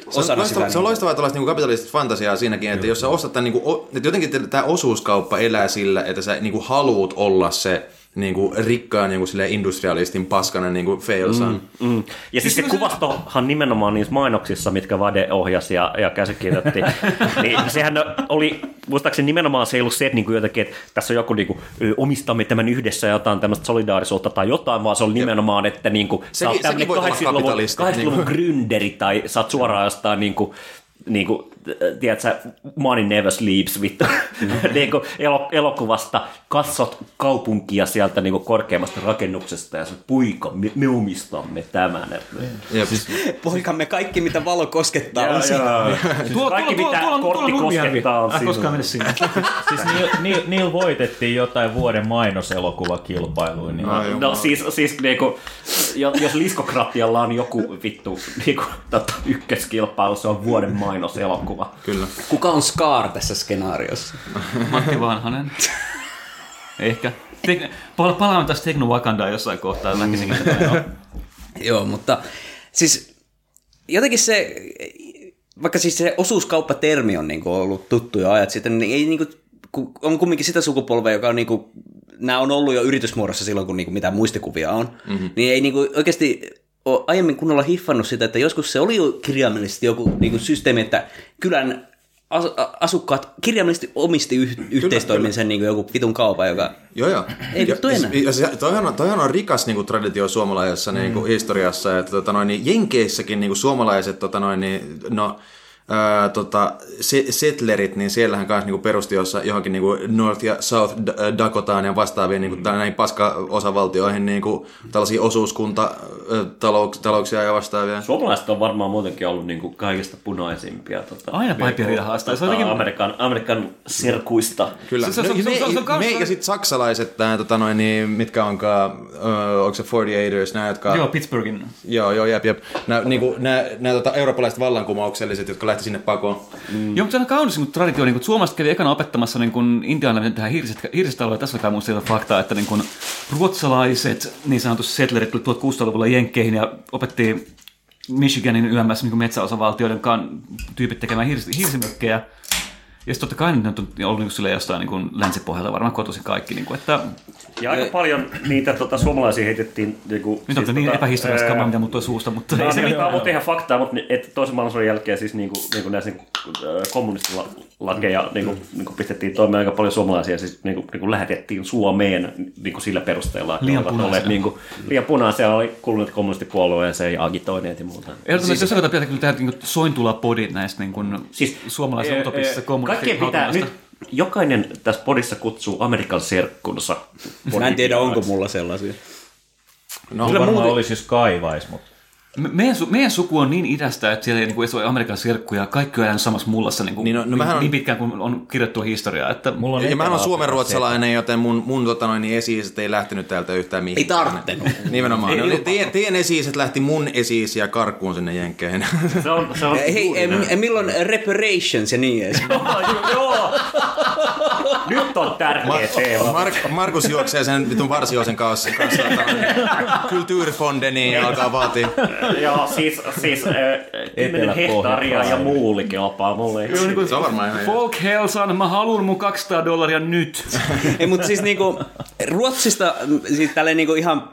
[SPEAKER 8] se on loistavaa tuollaista niinku kapitalistista fantasiaa siinäkin, että jos sä ostat tämän niinku, että jotenkin tämä osuuskauppa elää sillä, että sä niinku haluut olla se niinku rikkaan niinku sille industrialistin paskana niinku failsan.
[SPEAKER 4] Ja siis se kuvastohan nimenomaan niissä mainoksissa, mitkä Vade ohjasi ja käsikirjoitti, niin sehän oli, muistaakseni nimenomaan se ei ollut se, että niinku jotenkin, että tässä on joku niinku, omistamme tämän yhdessä ja jotain tämmöistä solidaarisuutta tai jotain, vaan se oli nimenomaan, että niinku, sä oot tämmöinen 80-luvun gründeri tai sä oot suoraan jostain niinku, tiedätkö, Money Never Sleeps, vittu, niinku elokuvasta, katsot kaupunkia sieltä niinku korkeammasta rakennuksesta ja sä poika, me omistamme tämän.
[SPEAKER 5] Poikamme kaikki, mitä valo koskettaa, on siinä.
[SPEAKER 4] Kaikki, mitä kortti koskettaa, on
[SPEAKER 6] koskaan sinne.
[SPEAKER 7] Siis niillä voitettiin jotain vuoden mainoselokuvakilpailuja. Niin
[SPEAKER 4] no siis niinku, jos Liskokratialla on joku vittu niinku, ykköskilpailu, se on vuoden mainoselokuva.
[SPEAKER 8] Kyllä.
[SPEAKER 5] Kuka on Scar tässä skenaariossa?
[SPEAKER 6] Matti Vanhanen. Ehkä. Palaamme taas Tekno Wakandaan jossain kohtaa.
[SPEAKER 5] Joo, mutta siis jotenkin se, vaikka siis se osuuskauppatermi on niinku ollut tuttu jo ajat sitten, niin ei niinku, on kumminkin sitä sukupolvea, joka on niinku, nämä on ollut jo yritysmuodossa silloin, kun niinku mitään muistikuvia on, niin ei niinku oikeasti ole aiemmin kunnolla hiffannut sitä, että joskus se oli jo kirjaimellisesti joku niin kuin systeemi, että kylän asukkaat kirjaimellisesti omisti yhteistoiminsen niin kuin joku vitun kaupan, joka ei vittu enää.
[SPEAKER 8] Toihan on rikas niin kuin traditio suomalaisessa niin kuin historiassa, että niin Jenkeissäkin niin kuin suomalaiset settlerit, niin siellähän kanssa niinku perusti johonkin niinku North ja South Dakotaan ja vastaaviin niinku näihin paska-osavaltioihin niinku tällaisia osuuskuntatalouksia ja vastaavia.
[SPEAKER 4] Suomalaiset on varmaan muutenkin ollut niinku kaikista punaisimpia.
[SPEAKER 6] Aina paipiria haastaa.
[SPEAKER 4] Amerikan serkuista.
[SPEAKER 8] Kyllä. Ja sitten saksalaiset, mitkä onkaan, onko se 48ers, nämä jotka...
[SPEAKER 6] Joo, Pittsburghin.
[SPEAKER 8] Joo, jep. Nämä eurooppalaiset vallankumoukselliset, jotka lähti sinne pakoon.
[SPEAKER 6] Joo, mutta se on kaunis niin traditio. Niin suomalaiset kävi ekana opettamassa niin intialainen tähän hiirisistä tässä on kai muista faktaa, että niin ruotsalaiset, niin sanotusti settlerit, tuli 1600-luvulla Jenkkeihin ja opetti Michiganin ylemmässä niin metsäosavaltioiden tyypit tekemään hiirisimökkejä. Ja sitten totta kai ne on ollut niin jostain niin länsipohjalta varmaan kotoisin kaikki. Niin kuin, että...
[SPEAKER 4] Ja aika paljon niitä suomalaisia heitettiin...
[SPEAKER 6] Nyt on siis, niin epähistoriallista kamaa, mitä muuttuu suusta. Mutta
[SPEAKER 4] ei se mitään muuta ihan faktaa, mutta että toisen maailmansodan jälkeen siis näissä kommunistilakeja pistettiin toimeen aika paljon suomalaisia, siis lähetettiin Suomeen sillä perusteella.
[SPEAKER 6] Liian punaisia.
[SPEAKER 4] Liian punaisia oli kulunut kommunistipuolueeseen ja agitoineet ja muuta.
[SPEAKER 6] Ehdottomasti jos pitää kyllä tehdä sointulapodit näistä siis suomalaisista utopistisista kommunistista.
[SPEAKER 4] Kaikkien pitää nyt jokainen tässä podissa kutsuu Amerikan serkkunsa.
[SPEAKER 5] Mä en tiedä, onko mulla sellaisia.
[SPEAKER 7] No kyllä varmaan olisi, jos kaivais, mutta...
[SPEAKER 6] Meidän suku on niin idästä, että siellä ei niin ole Amerikan serkkuja, kaikki on jäänyt samassa mullassa niin pitkään kuin on kirjoittua historiaa. Että
[SPEAKER 8] mulla on mä olen suomenruotsalainen, joten mun esi-iset ei lähtenyt täältä yhtään mihinkään.
[SPEAKER 5] Ei tarttenut.
[SPEAKER 8] Nimenomaan. Teidän esi-iset lähti mun esi-isiä karkuun sinne Jenkkeihin.
[SPEAKER 5] Se on hei, milloin reparations ja niin edes?
[SPEAKER 4] Joo. Nyt on tärkeä teema.
[SPEAKER 8] Markus juoksee sen vitun Varsioisen kanssa kulttuurfondeni ja alkaa vaatia.
[SPEAKER 4] Joo, siis 10 hehtaaria ja muuli kelpaa mulle.
[SPEAKER 8] Se on varmaan ihan...
[SPEAKER 6] Folk Helsan, mä haluun mun $200 nyt.
[SPEAKER 5] Ei, mutta siis niinku Ruotsista siis tälleen niinku ihan...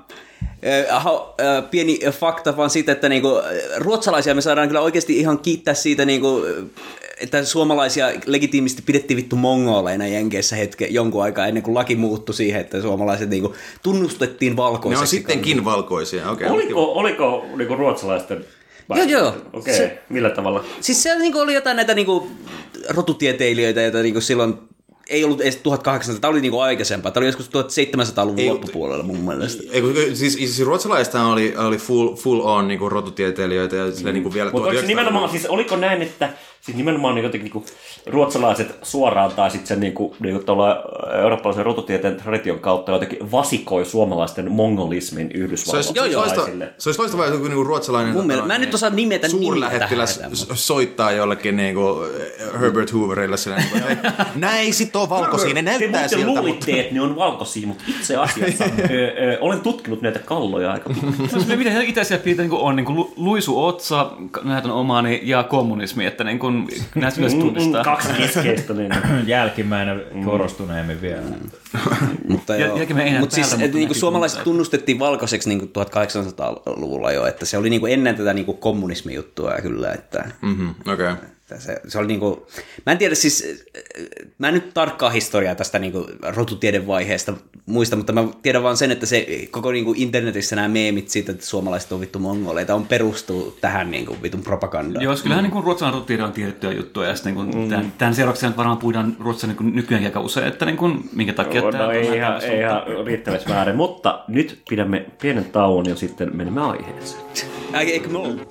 [SPEAKER 5] pieni fakta vaan siitä, että niinku, ruotsalaisia me saadaan kyllä oikeasti ihan kiittää siitä, niinku, että suomalaisia legitiimisti pidettiin vittu mongoleina Jenkeissä jonkun aikaa ennen kuin laki muuttui siihen, että suomalaiset niinku, tunnustettiin valkoiseksi.
[SPEAKER 8] Ne on sittenkin valkoisia. Okay,
[SPEAKER 4] oliko niinku ruotsalaisten?
[SPEAKER 5] Joo.
[SPEAKER 4] Okei, millä tavalla?
[SPEAKER 5] Siis siellä niinku, oli jotain näitä niinku, rotutieteilijöitä, joita niinku, silloin ei ollut edes 1800, tämä oli niinku aikaisempaa. Tämä oli joskus 1700-luvun loppupuolella mun mielestä.
[SPEAKER 8] Siis ruotsalaistahan oli full on niinku rotutieteilijöitä ja sillä niinku vielä...
[SPEAKER 4] Mutta nimenomaan, siis oliko näin, että siis nimenomaan niinku ruotsalaiset suoraan tai sitten sen niinku tuolla eurooppalaisen rotutieteen tradition kautta jotenkin vasikoi suomalaisten mongolismin yhdysvaltalaisille.
[SPEAKER 8] Se olisi loistavaa, joku niinku ruotsalainen...
[SPEAKER 5] Mä en nyt osaa nimetä
[SPEAKER 8] suurlähettiläs soittaa jollekin niinku Herbert Hooverille sillä näin sit on valkoisia, ne näyttää siltä.
[SPEAKER 4] Te luulitte, että ne on valkoisia, mutta itse asiassa olen tutkinut näitä kalloja aika paljon.
[SPEAKER 6] Miten itäisiä piirteitä on niinku luisu otsa, näitä on omani ja kommunismi, että niinku näistä yleensä tunnistaa.
[SPEAKER 4] Kaksi keskeistä.
[SPEAKER 7] Jälkimmäinen korostuneemmin vielä.
[SPEAKER 5] Mutta siis niinku suomalaiset tunnustettiin valkoiseksi niinku 1800-luvulla jo, että se oli niinku ennen tätä niinku kommunismijuttua kyllä. Että...
[SPEAKER 8] Okei.
[SPEAKER 5] Se oli niinku, mä en tiedä siis, mä en nyt tarkkaa historiaa tästä niinku rotutiedevaiheesta muista, mutta mä tiedän vaan sen, että se koko niinku internetissä nämä meemit siitä, että suomalaiset on vittu mongoleita, on perustuu tähän niinku vitun propagandaan.
[SPEAKER 6] Joo, kyllähän niinku ruotsalainen rotutiede on tiedettyä juttuja, ja sitten niinku tämän seuraavaksi varmaan puhutaan ruotsalainen niinku nykyään aika usein, että niinku, minkä takia
[SPEAKER 4] tämä on ihan riittävästi väärin, mutta nyt pidämme pienen tauon ja sitten menemme aiheeseen.
[SPEAKER 5] Eikö me ollut?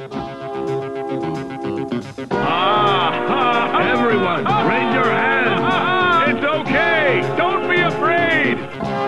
[SPEAKER 1] Everyone, raise your hands. It's okay. Don't be afraid.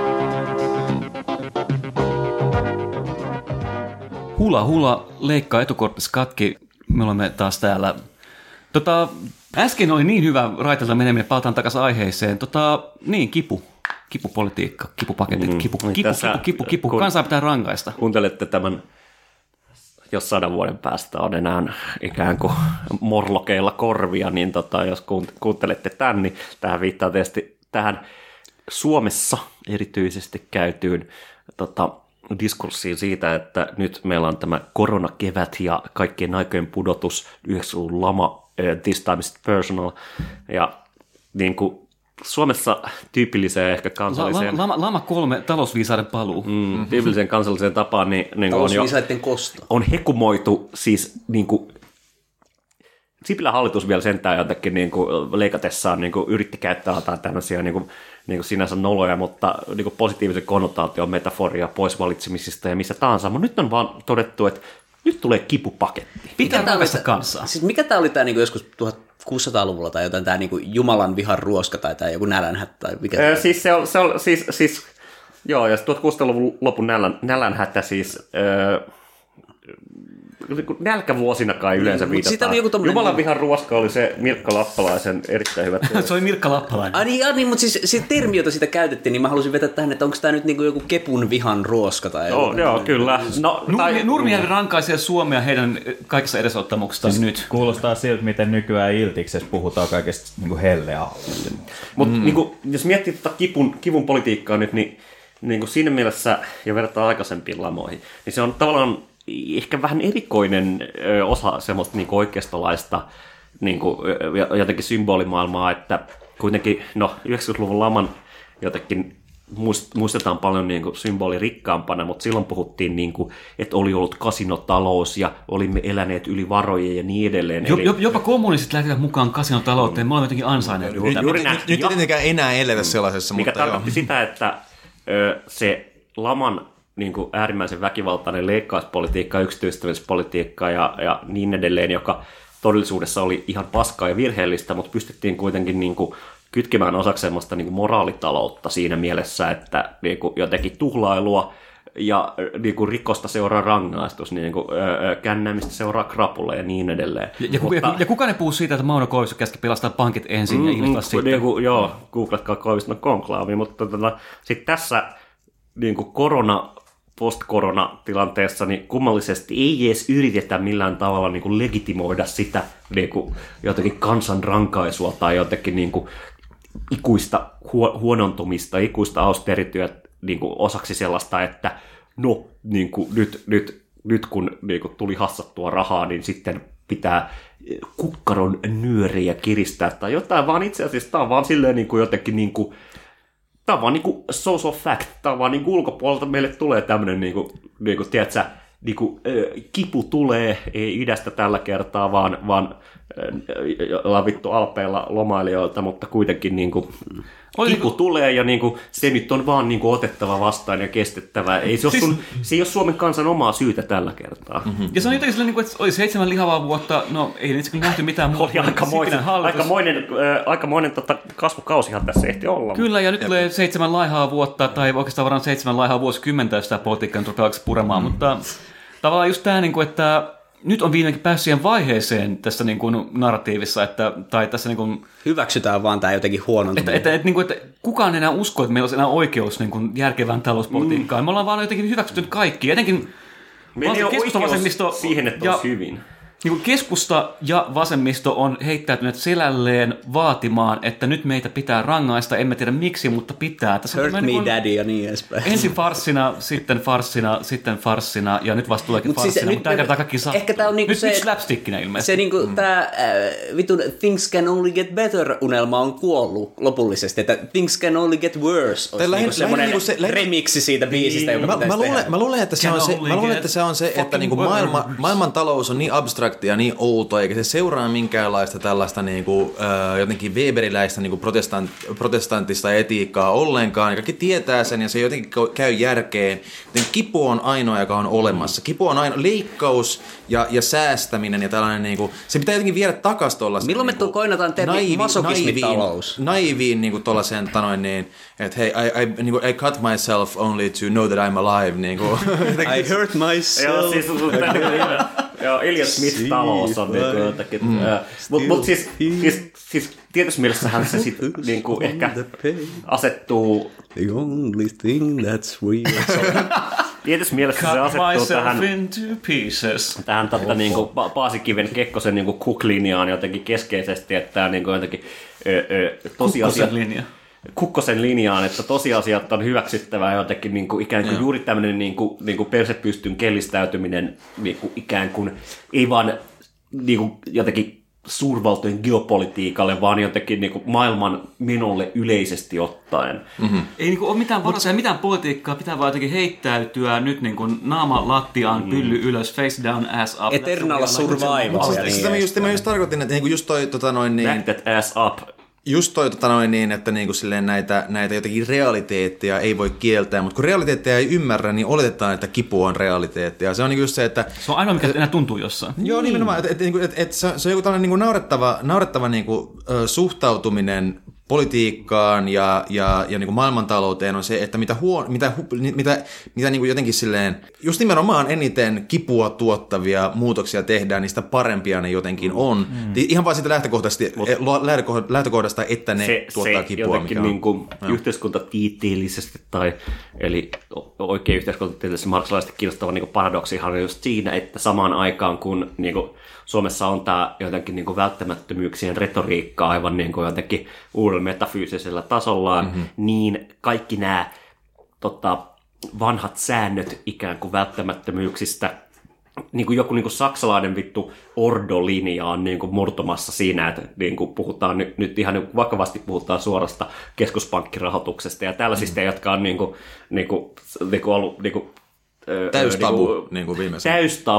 [SPEAKER 6] Hula, leikkaa etukorttis katki. Me olemme taas täällä. Äsken oli niin hyvä raitelta meneminen, palataan takaisin aiheeseen. Kipupolitiikka, kipupaketit, kipu. Kansaa pitää rangaista.
[SPEAKER 4] Kuuntelette tämän, jos 100 vuoden päästä on enää ikään kuin morlokeilla korvia, niin jos kuuntelette tämän, niin tähän viittaa tietysti tähän Suomessa erityisesti käytyyn diskurssiin siitä, että nyt meillä on tämä koronakevät ja kaikkien aikojen pudotus, 90-luvun lama, this time is personal, ja niin kuin Suomessa tyypilliseen ehkä kansalliseen...
[SPEAKER 6] Lama 3, talousviisaiden paluu.
[SPEAKER 4] Tyypilliseen kansalliseen tapaan niin
[SPEAKER 5] talousviisaiden kosto.
[SPEAKER 4] On hekumoitu siis niin kuin, Sipilän hallitus vielä sentään jotenkin niin kuin, leikatessaan niin kuin, yritti käyttää jotain tämmöisiä niin kuin sinänsä noloja, mutta niin kuin positiivisen konnotaation metaforia pois valitsemisista ja missä tahansa. Mutta nyt on vaan todettu, että nyt tulee kipupaketti.
[SPEAKER 6] Pitää ravesta kanssa.
[SPEAKER 5] Siis mikä tämä oli tämä niinku joskus 1600-luvulla tai jotain tämä niinku Jumalan vihan ruoska tai tämä joku nälänhättä tai mikä?
[SPEAKER 4] Siis siis joo, ja 1600-luvun lopun nälänhättä siis nälkävuosina kai yleensä viitataan. Jumalan vihan ruoska oli se Mirkka Lappalaisen erittäin hyvä teos.
[SPEAKER 6] Se oli Mirkka Lappalainen.
[SPEAKER 5] Niin, mutta siis se termi, jota sitä käytettiin, niin mä halusin vetää tähän, että onko tämä nyt niinku joku kepun vihan ruoska tai joku.
[SPEAKER 4] Joo, kyllä.
[SPEAKER 6] Nurmijärvi rankaisee Suomea heidän kaikissa edesottamuksistaan siis nyt.
[SPEAKER 7] Kuulostaa siltä, miten nykyään Iltiksessä puhutaan kaikesta niinku helleaalista.
[SPEAKER 4] Mutta niinku, jos miettii tätä kivun politiikkaa nyt, niin siinä mielessä, ja verrataan aikaisempiin lamoihin, niin se on tavallaan ehkä vähän erikoinen osa semmoista niin oikeistolaista niin jotenkin symbolimaailmaa, että kuitenkin 90-luvun laman jotenkin muistetaan paljon niin kuin symbolirikkaampana, mutta silloin puhuttiin, niin kuin, että oli ollut kasinotalous ja olimme eläneet yli varojen ja niin edelleen.
[SPEAKER 6] Jopa kommunistit lähtivät mukaan kasinotalouteen, me olemme jotenkin ansainneet.
[SPEAKER 8] Nyt ei tietenkään enää eletä sellaisessa.
[SPEAKER 4] Mikä tarkoitti sitä, että se laman niin kuin äärimmäisen väkivaltainen leikkauspolitiikka, yksityistämispolitiikka ja niin edelleen, joka todellisuudessa oli ihan paskaa ja virheellistä, mutta pystyttiin kuitenkin niin kuin kytkemään osaksi semmoista niin kuin moraalitaloutta siinä mielessä, että niin kuin jotenkin tuhlailua ja niin kuin rikosta seuraa rangaistus, niin kuin kännäämistä seuraa krapula ja niin edelleen.
[SPEAKER 6] Ja kukaan ei puhu siitä, että Mauno Koivisto käski pelastaa pankit ensin ja ilmoittaa sitten.
[SPEAKER 4] Niin kuin, joo, googletkaa Koiviston konklaavi, mutta sitten tässä niin kuin post-korona-tilanteessa niin kummallisesti ei edes yritetä millään tavalla niin kuin legitimoida sitä niin kuin jotenkin kansanrankaisua tai jotenkin niin kuin ikuista huonontumista, ikuista austerityötä niin kuin osaksi sellaista, että niin kuin nyt kun niin kuin tuli hassattua rahaa, niin sitten pitää kukkaron nyöriä kiristää tai jotain, vaan itse asiassa tämä on vaan silleen niin kuin jotenkin niin kuin tämä on vaan niinku social fact, tämä on vaan niinku ulkopuolelta meille tulee tämmöinen niinku tiedätkö, niinku, kipu tulee, ei idästä tällä kertaa, vaan ollaan vittu Alpeilla lomailijoilta, mutta kuitenkin niinku, kipu tulee ja niinku, se nyt on vaan niinku otettava vastaan ja kestettävä. Ei se, se ei ole Suomen kansan omaa syytä tällä kertaa.
[SPEAKER 6] Mm-hmm. Ja se on jotenkin sellainen, että oli 7 lihavaa vuotta, no ei nyt kyllä nähty mitään muuta.
[SPEAKER 4] Aikamoinen kasvukausihan tässä ehti olla.
[SPEAKER 6] Kyllä, ja nyt tulee 7 laihaa vuotta, tai oikeastaan varmaan 7 laihaa vuosikymmentä, jos tämä politiikka nyt rupeaa puremaan, mutta tavallaan just tämä, että nyt on viimeinkin päässyt siihen vaiheeseen tässä niin kuin narratiivissa, tai tässä niin kuin,
[SPEAKER 5] hyväksytään vaan tämä jotenkin huonontuminen.
[SPEAKER 6] Että kukaan enää usko, että meillä olisi enää oikeus niin kuin järkevään talouspolitiikkaan. Me ollaan vaan jotenkin hyväksytty kaikki. Etenkin
[SPEAKER 4] keskusta-vasemmisto siihen, että olisi hyvin.
[SPEAKER 6] Niin kuin keskusta ja vasemmisto on heittäytyneet selälleen vaatimaan, että nyt meitä pitää rangaista, emme tiedä miksi, mutta pitää. Tässä
[SPEAKER 5] hurt me niin daddy ja niin edespäin.
[SPEAKER 6] Ensin farssina, sitten farssina ja nyt vasta tuleekin farssina, siis mutta tämä kertaa kaikki sattuu.
[SPEAKER 5] Ehkä tämä on niinku
[SPEAKER 6] nyt slapstickinä ilmeisesti.
[SPEAKER 5] Se niinku tämä vitun things can only get better -unelma on kuollut lopullisesti, että things can only get worse olisi niinku semmoinen remiksi siitä biisistä, joka pitäisi tehdä.
[SPEAKER 8] Mä luulen, että se on se, että niinku maailman talous on niin abstraktia ja niin outo, eikä se seuraa minkäänlaista tällaista niinku, jotenkin weberiläistä niinku protestanttista etiikkaa ollenkaan. Kaikki tietää sen ja se jotenkin käy järkeen. Joten kipu on ainoa, joka on olemassa. Kipu on ainoa leikkaus ja säästäminen ja tällainen, niinku, se pitää jotenkin viedä takaisin tuollaisen.
[SPEAKER 5] Milloin me koinataan termi masokismitalous?
[SPEAKER 8] Naiviin niinku tuollaisen että hei, I cut myself only to know that I'm alive. Niinku.
[SPEAKER 5] I hurt myself.
[SPEAKER 4] Joo, Elliot Smith-talous on niinku jotakin. Mutta siis tietyssä mielessähän se sitten niinku ehkä asettuu.
[SPEAKER 5] The only thing that's real.
[SPEAKER 4] Tietyssä mielessä se asettuu tähän niinku Paasikiven Kekkosen niinku Cook-linjaan jotenkin keskeisesti, että niinku jotenkin tosiasia. Kukkosen linjaan, että tosiasiat on hyväksyttävää jotenkin niin kuin, ikään kuin juuri tämmöinen niin kuin persepystyn kellistäytyminen niin kuin, ikään kuin ei vaan niin kuin, jotenkin suurvaltojen geopolitiikalle, vaan jotenkin niin kuin maailman menolle yleisesti ottaen.
[SPEAKER 6] Mm-hmm. Ei niin kuin, ole mitään varoisia, mitään politiikkaa, pitää vaan jotenkin heittäytyä nyt niin kuin naama lattiaan, pylly ylös, face down, ass up.
[SPEAKER 5] Eternal survival.
[SPEAKER 8] Sitä mä just tarkoitin, että just toi
[SPEAKER 4] back that ass up.
[SPEAKER 8] Just toi että niinku silleen näitä jotenkin realiteetteja ei voi kieltää, mutta kun realiteetteja ei ymmärrä, niin oletetaan, että kipu on realiteettia. Se on niinku just se, että...
[SPEAKER 6] Se on ainoa, mikä enää tuntuu jossain.
[SPEAKER 8] Joo, nimenomaan. Että se on joku tällainen niinku naurettava niinku, suhtautuminen politiikkaan ja niinku maailmantalouteen on se, että mitä niinku jotenkin silleen, just nimenomaan eniten kipua tuottavia muutoksia tehdään, niin sitä parempia ne jotenkin on. Ihan vaan siitä lähtökohdasta, että ne tuottaa kipua.
[SPEAKER 4] Se jotenkin niinku yhteiskuntatieteellisesti, eli oikein yhteiskuntatieteellisesti marksalaiset kiinnostava niinku paradoksihan on just siinä, että samaan aikaan kun niinku Suomessa on tämä jotenkin niin kuin välttämättömyyksien retoriikka aivan niin kuin jotenkin uudella metafyysisellä tasollaan, niin kaikki nämä vanhat säännöt ikään kuin välttämättömyyksistä, niin kuin joku niin kuin saksalainen vittu ordolinja on niin kuin murtumassa siinä, että niin kuin puhutaan nyt ihan niin kuin vakavasti puhutaan suorasta keskuspankkirahoituksesta ja tällaisista, jotka on niin kuin ollut niin kuin
[SPEAKER 8] täystabu niin viimeisen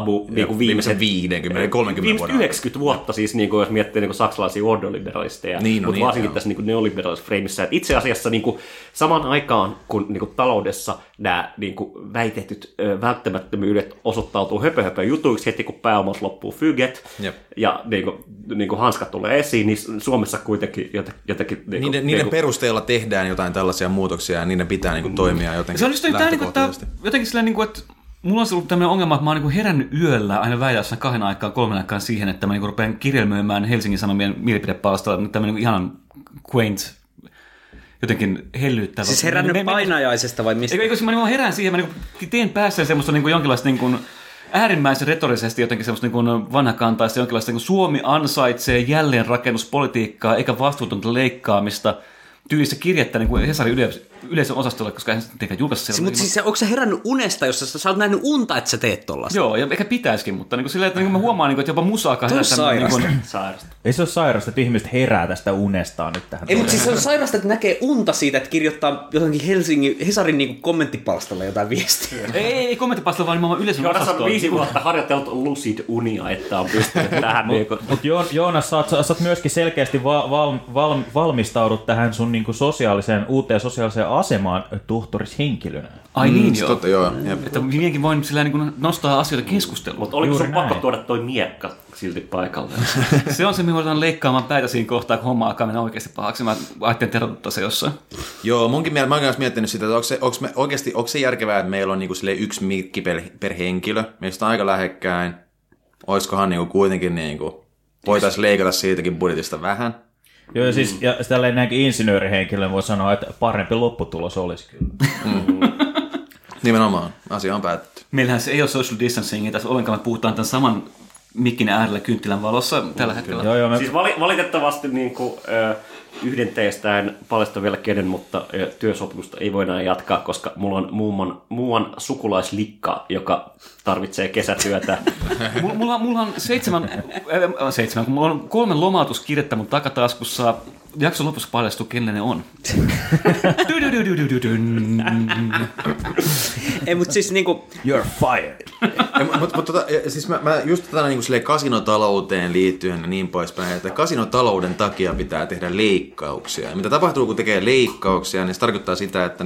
[SPEAKER 8] 50-30 vuoden
[SPEAKER 4] 90 vuotta siis, niin kuin, jos miettii niin saksalaisia ordoliberalisteja, mutta varsinkin tässä niin neoliberalisessa freimissä. Itse asiassa niin kuin, samaan aikaan, kun niin kuin, taloudessa nämä niin kuin, väitetyt välttämättömyydet osoittautuu höpö jutuiksi heti, kun pääomat loppuu fyget, ja niin kuin hanskat tulee esiin, niin Suomessa kuitenkin jotenkin...
[SPEAKER 8] Niiden perusteella tehdään jotain tällaisia muutoksia, ja niiden pitää niin kuin, toimia jotenkin
[SPEAKER 6] se on just lähtökohtaisesti. Jotenkin silleen, niin kuin, että mulla on ollut tämmöinen ongelma, että mä oon niin herännyt yöllä aina väidässä 2 aikaan, 3 aikaan siihen, että mä niin rupean kirjelmöimään Helsingin Sanomien mielipidepalstalla tämmöinen niin ihan quaint, jotenkin hellyyttävä.
[SPEAKER 5] Siis herännyt painajaisesta vai mistä?
[SPEAKER 6] Eikö mä herään siihen, mä niin teen päässään semmoista niin jonkinlaista niin äärimmäisen retorisesti jotenkin semmoista niin vanhakantaista jonkinlaista, niin Suomi ansaitsee jälleenrakennuspolitiikkaa eikä vastuutonta leikkaamista tyylistä kirjettä niin kuin Hesarin yleisön osastolle, koska eihän sitten julkaista siellä.
[SPEAKER 5] Mutta siis onko sä herännyt unesta, jos sä oot nähnyt unta, että sä teet tollaista?
[SPEAKER 6] Joo, ja ehkä pitäisikin, mutta niin kuin silleen, että niin kuin mä huomaan, niin kuin, että jopa musaakaan herättää. Niin
[SPEAKER 4] sairasta.
[SPEAKER 7] Ei se ole sairasta, että ihmiset herää tästä unestaan nyt tähän.
[SPEAKER 5] Ei, mutta siis se on sairasta, että näkee unta siitä, että kirjoittaa jotenkin Hesarin niin kuin kommenttipalstalle jotain viestiä.
[SPEAKER 6] Ei kommenttipalstalla, vaan nimenomaan yleisön osastolle.
[SPEAKER 4] Joonas on 5 vuotta harjoitellut lucid-unia, että on pystynyt tähän.
[SPEAKER 7] Mutta Joonas, sä oot myöskin selkeästi valmistaudut tähän sun niin kuin uuteen sosiaaliseen asemaan tohtorishenkilönä.
[SPEAKER 6] Ai niin joo.
[SPEAKER 8] Totta, joo.
[SPEAKER 6] Että minäkin voin sillä niin nostaa asioita keskusteluun.
[SPEAKER 4] Mutta oliko sun pakko tuoda toi miekka silti paikalle?
[SPEAKER 6] Se on se, mihin voidaan leikkaamaan päitä siinä kohtaa, kun homma alkaa mennä oikeasti pahaksi. Mä ajattelin terotuttaa se jossain.
[SPEAKER 8] Joo, mä oon myös miettinyt sitä, että onko se järkevää, että meillä on niinku yksi mikki per henkilö. Meistä on aika lähekkäin. Olisikohan niinku kuitenkin, niinku, voitaisiin leikata siitäkin budjetista vähän.
[SPEAKER 7] Joo, ja siis ja tälleen näinkin insinöörihenkilön voi sanoa, että parempi lopputulos olisi kyllä.
[SPEAKER 8] Nimenomaan, asia on päätetty.
[SPEAKER 6] Meillähän se ei ole social distancingia tässä ollenkaan, me puhutaan tämän saman mikkin äärellä kynttilän valossa tällä hetkellä.
[SPEAKER 7] Joo,
[SPEAKER 4] siis valitettavasti niin kuin, yhden teistä en paljasta vielä kenen, mutta työsopimusta ei voida jatkaa, koska mulla on muuan sukulaislikka, joka tarvitsee kesätyötä.
[SPEAKER 6] mulla on 7, kun mulla on 3 lomautuskirjettä mun takataskussa. Jakson lopussa paljastuu, kelle ne on.
[SPEAKER 5] Ei, mutta siis niinku...
[SPEAKER 7] You're fired.
[SPEAKER 8] Siis mä just niinku kasinotalouteen liittyen ja niin poispäin, että kasinotalouden takia pitää tehdä leikkauksia. Ja mitä tapahtuu, kun tekee leikkauksia, niin se tarkoittaa sitä, että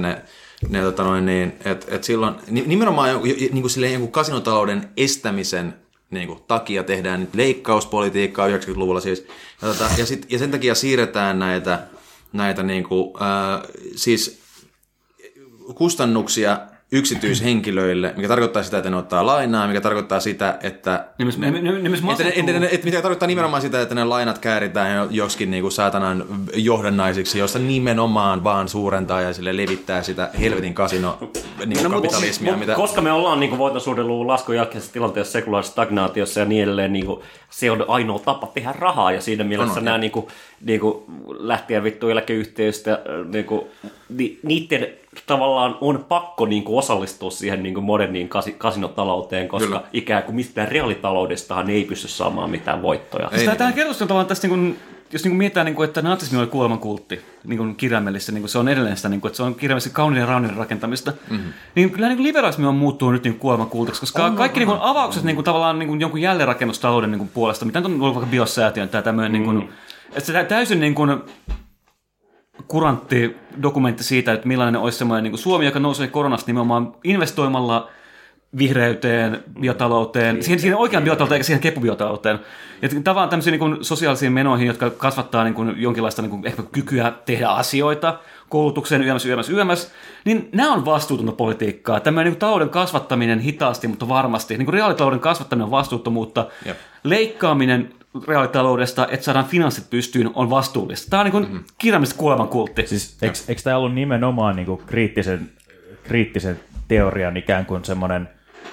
[SPEAKER 8] että silloin nimenomaan niinku jonkun kasinotalouden estämisen niinku takia tehdään nyt leikkauspolitiikkaa 90-luvulla siis. Ja sen takia siirretään näitä niinku, siis kustannuksia yksityishenkilöille, mikä tarkoittaa sitä, että ne ottaa lainaa, mikä tarkoittaa sitä, että... mikä tarkoittaa nimenomaan sitä, että ne lainat kääritään joskin niinku saatanan johdannaisiksi, josta nimenomaan vaan suurentaa ja sille levittää sitä helvetin kasinokapitalismia.
[SPEAKER 4] Koska me ollaan niinku voittosuhteen luvun laskun jälkeisessä tilanteessa, sekulaarisessa stagnaatiossa ja niin edelleen, niinku, se on ainoa tapa tehdä rahaa, ja siinä mielessä nämä niinku lähtien vittu eläkeyhtiöistä, niinku, niiden tavallaan on pakko niinku osallistua siihen niinku moderniin kasinotalouteen, koska kyllä. Ikään kuin mistään reaalitaloudestahan ei pysty saamaan mitään voittoja.
[SPEAKER 6] Tämä kertoo tavallaan tästä, niin jos niin mietitään, että natsismi oli kuolemankultti niin kirjaimellisesti, niin se on edelleen sitä, että se on kirjaimellisesti kauniin ja rauniin rakentamista, niin kyllä niin liberalismi on muuttunut nyt niin kuolemankultiksi, koska kaikki niin avaukset niin tavallaan niin jonkun jälleenrakennustalouden niin puolesta, mitä on ollut vaikka biosäätiön tai tämmöinen, niin että se täysin niin kurantti dokumentti siitä, että millainen olisi semmoinen niin Suomi, joka nousee koronasta nimenomaan investoimalla vihreyteen, biotalouteen, siihen oikeaan biotalouteen eikä siihen keppubiotalouteen. Ja tavallaan tämmöisiin niin sosiaalisiin menoihin, jotka kasvattaa niin jonkinlaista niin ehkä kykyä tehdä asioita, koulutukseen yömäs, niin nämä on vastuutonta politiikkaa. Tämmöinen niin talouden kasvattaminen hitaasti, mutta varmasti. Niin reaalitalouden kasvattaminen on vastuuttomuutta. Jep. Leikkaaminen reaalitaloudesta, että saadaan finanssit pystyyn, on vastuullista. Tämä on niin kirjaimellisesti kuolemankultti. Siis,
[SPEAKER 7] eikö tämä ollut nimenomaan niin kriittisen teorian ikään kuin semmoinen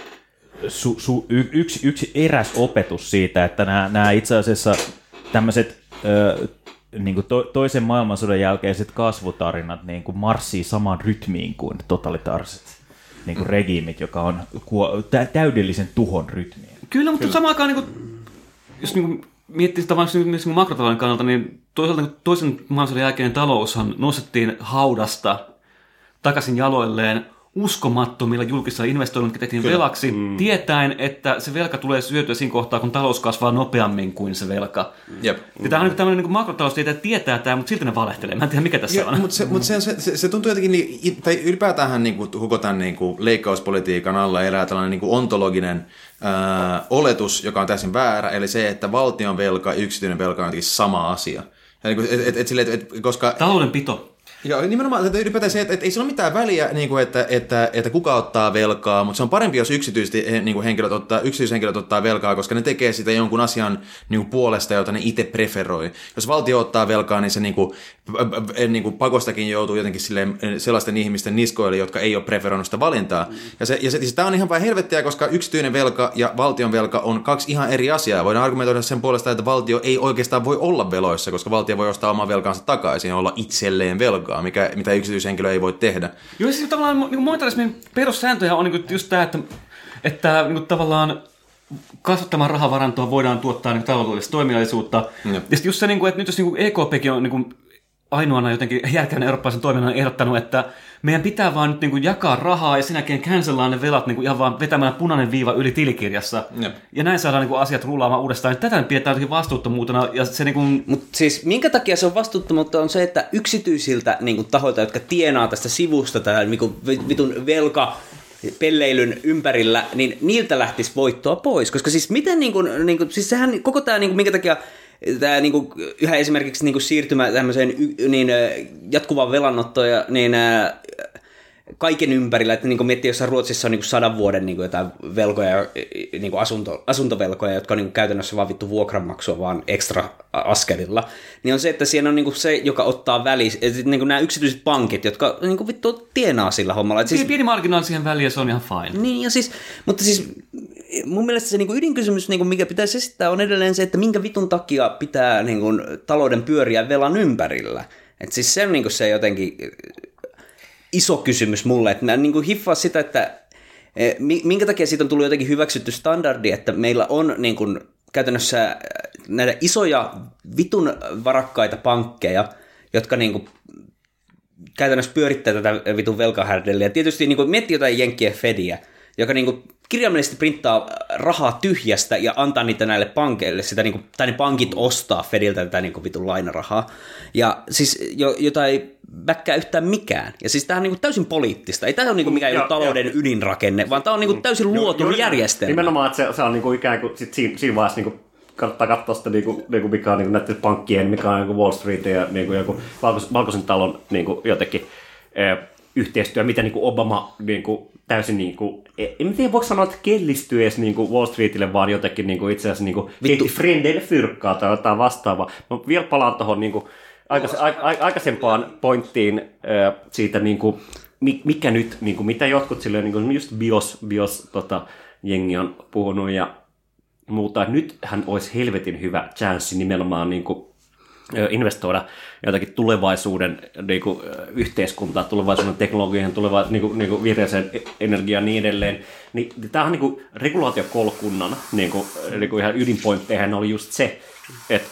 [SPEAKER 7] yksi eräs opetus siitä, että nämä itse asiassa tämmöiset niin kuin toisen maailmansodan jälkeiset kasvutarinat niin kuin marssii samaan rytmiin kuin totalitaariset niin kuin regiimit, joka on täydellisen tuhon rytmiin.
[SPEAKER 6] Kyllä, mutta samaan aikaan, niin kuin, jos niin kuin miettii sitä myös makrotalouden kannalta, niin toisaalta toisen maailmansodan jälkeinen taloushan nostettiin haudasta takaisin jaloilleen uskomattomilla julkisilla investoinnilla, jotka tehtiin velaksi, tietäen, että se velka tulee syötyä siinä kohtaa, kun talous kasvaa nopeammin kuin se velka. Jep. Ja tämä on niin tämmöinen niin makrotaloustieteen tietää tämä, mutta silti ne valehtelee. Mä en tiedä, mikä tässä on.
[SPEAKER 8] Mutta se tuntuu jotenkin, tai ylipäätään niin hukotaan niin leikkauspolitiikan alla erää tällainen niin ontologinen oletus, joka on täysin väärä, eli se, että valtion velka ja yksityinen velka on jotenkin sama asia. Koska
[SPEAKER 6] taloudenpito.
[SPEAKER 8] Joo, nimenomaan että ylipäätään se, että ei sillä ole mitään väliä, että kuka ottaa velkaa, mutta se on parempi, jos yksityishenkilöt ottaa velkaa, koska ne tekee sitä jonkun asian puolesta, jota ne itse preferoi. Jos valtio ottaa velkaa, niin se pakostakin joutuu jotenkin sellaisten ihmisten niskoille, jotka ei ole preferoinut sitä valintaa. Tämä on ihan vain helvettiä, koska yksityinen velka ja valtion velka on kaksi ihan eri asiaa. Voidaan argumentoida sen puolesta, että valtio ei oikeastaan voi olla veloissa, koska valtio voi ostaa oman velkaansa takaisin ja olla itselleen velkaa, mitä yksityishenkilö ei voi tehdä.
[SPEAKER 6] Joo, siis tavallaan niin monetarismin perussääntöjä on niin just tämä, että niin tavallaan kasvattamaan rahavarantoa voidaan tuottaa niin taloudellista toiminnallisuutta. Ja sitten just se, että nyt jos EKPkin on ainoana jotenkin järkevän eurooppalaisen toiminnan ehdottanut, että meidän pitää vaan nyt jakaa rahaa ja sen jälkeen cancellaan ne velat ihan vaan vetämään punainen viiva yli tilikirjassa. Ja näin saadaan asiat rullaamaan uudestaan. Tätä pidetään jotenkin vastuuttomuutena. Ja se Mutta
[SPEAKER 5] siis minkä takia se on vastuuttomuutta on se, että yksityisiltä tahoilta, jotka tienaa tästä sivusta tätä vitun pelleilyn ympärillä, niin niiltä lähtisi voittoa pois. Koska siis miten siis sehän koko tämä minkä takia tämä yhä esimerkiksi siirtymä tämmöiseen jatkuvaan velanottoon ja kaiken ympärillä, että miettii jossain Ruotsissa on 100 vuoden jotain velkoja, asuntovelkoja, jotka on käytännössä vaan vittu vuokranmaksua vaan ekstra askelilla, niin on se, että siinä on se, joka ottaa väliin, nämä yksityiset pankit, jotka vittu tienaa sillä hommalla.
[SPEAKER 6] Siis, pieni marginaali siihen väliin ja se on ihan fine.
[SPEAKER 5] Niin, ja siis, mutta siis mun mielestä se ydinkysymys, mikä pitäisi esittää, on edelleen se, että minkä vitun takia pitää talouden pyöriä velan ympärillä. Että siis se on se jotenkin iso kysymys mulle, että mä hiffaa sitä, että minkä takia siitä on tullut jotenkin hyväksytty standardi, että meillä on käytännössä näitä isoja vitun varakkaita pankkeja, jotka käytännössä pyörittää tätä vitun velkahärdeliä. Tietysti miettii jotain jenkkien Fediä, joka kirjaimellisesti printtaa rahaa tyhjästä ja antaa niitä näille pankeille, tai ne pankit ostaa Fediltä tätä vitun lainarahaa. Ja siis jota ei väkkää yhtään mikään. Ja siis tämä on täysin poliittista. Ei tämä ole mikään talouden ydinrakenne, vaan tämä on täysin luotu järjestelmä.
[SPEAKER 4] Nimenomaan, että se on ikään kuin siinä vaiheessa kannattaa katsoa sitä, mikä on näiden pankkien, mikä on Wall Street ja joku valkoisen talon jotenkin yhteistyö, mitä niin kuin Obama niin kuin, täysin, niin kuin, en tiedä voiko sanoa, että kellistyy edes niin kuin Wall Streetille, vaan jotenkin niin kuin, itse asiassa niin heitti frendeille fyrkkaa tai jotain vastaavaa. Mä vielä palaan tuohon niin kuin, aikaisempaan pointtiin siitä, niin kuin, mikä nyt, niin kuin, mitä jotkut silleen, niin kuin, just BIOS jengi on puhunut ja muuta. Nythän olisi helvetin hyvä chanssi nimenomaan niin kuin, investoida jotakin tulevaisuuden niin kuin, yhteiskuntaa, tulevaisuuden teknologiaan, niin kuin vihreäseen energiaan ja niin edelleen. Niin, tämä on niin kuin regulaatiokolkunnan niin kuin ihan ydinpointteihän oli just se, että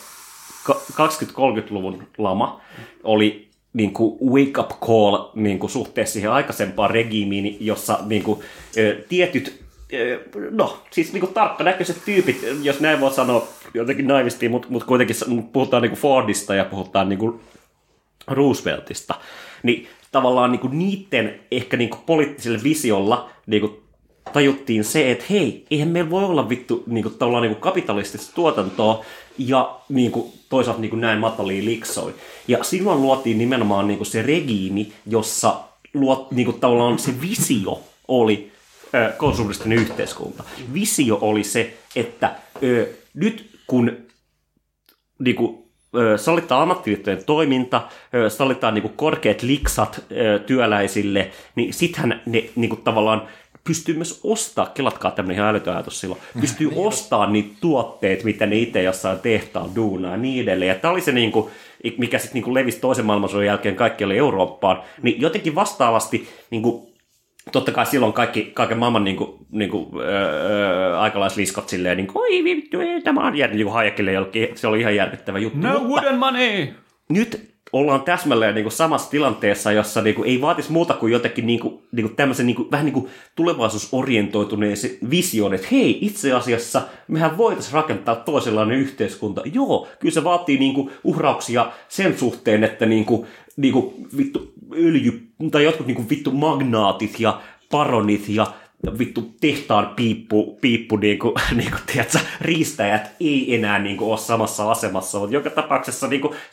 [SPEAKER 4] 20-30-luvun lama oli niin kuin wake up call niin kuin suhteessa siihen aikaisempaan regiimiin, jossa niin kuin, tietyt siis niin kuin tarkkanäköiset tyypit, jos näin voi sanoa jotenkin naivisti, mutta kuitenkin puhutaan niin kuin Fordista ja puhutaan niin kuin Rooseveltista, niin tavallaan niin kuin niiden ehkä niin kuin poliittisella visiolla niin kuin tajuttiin se, että hei, eihän meillä voi olla vittu niin kuin, tavallaan niin kuin kapitalistista tuotantoa ja niin kuin, toisaalta niin kuin näin matalia liksoi. Ja silloin luotiin nimenomaan niin kuin se regiimi, jossa niin kuin, tavallaan se visio oli konsumistinen yhteiskunta. Visio oli se, että nyt kun niin kuin, sallitaan ammattiliittojen toiminta, sallitaan niin kuin, korkeat liksat työläisille, niin sittenhän ne niin kuin, tavallaan pystyy myös ostamaan, kelatkaa tämmöinen ihan älytön ajatus silloin, pystyy ostamaan niitä tuotteet, mitä ne itse jossain tehtaan duunaa ja niin edelleen. Ja tämä oli se, niin kuin, mikä sitten niin kuin levisi toisen maailmansodan jälkeen kaikkialle Eurooppaan, niin jotenkin vastaavasti niin kuin, totta kai silloin kaiken maailman aikalaisliskot silleen, niin kuin, oi vittu, tämä on järjettävä, niin Hayekille se oli ihan järjettävä juttu.
[SPEAKER 6] No wooden money!
[SPEAKER 4] Nyt ollaan täsmälleen niin kuin samassa tilanteessa, jossa niin kuin, ei vaatisi muuta kuin jotenkin niin kuin tämmöisen niin kuin, vähän niin kuin tulevaisuusorientoituneen vision, että hei, itse asiassa mehän voitaisiin rakentaa toisenlainen yhteiskunta. Joo, kyllä se vaatii niin kuin, uhrauksia sen suhteen, että niin kuin, vittu öljy, tai jotkut vittu magnaatit ja baronit ja vittu tehtaan piippu niinku tiedätkö, riistäjät ei enää niinku ole samassa asemassa, mutta joka tapauksessa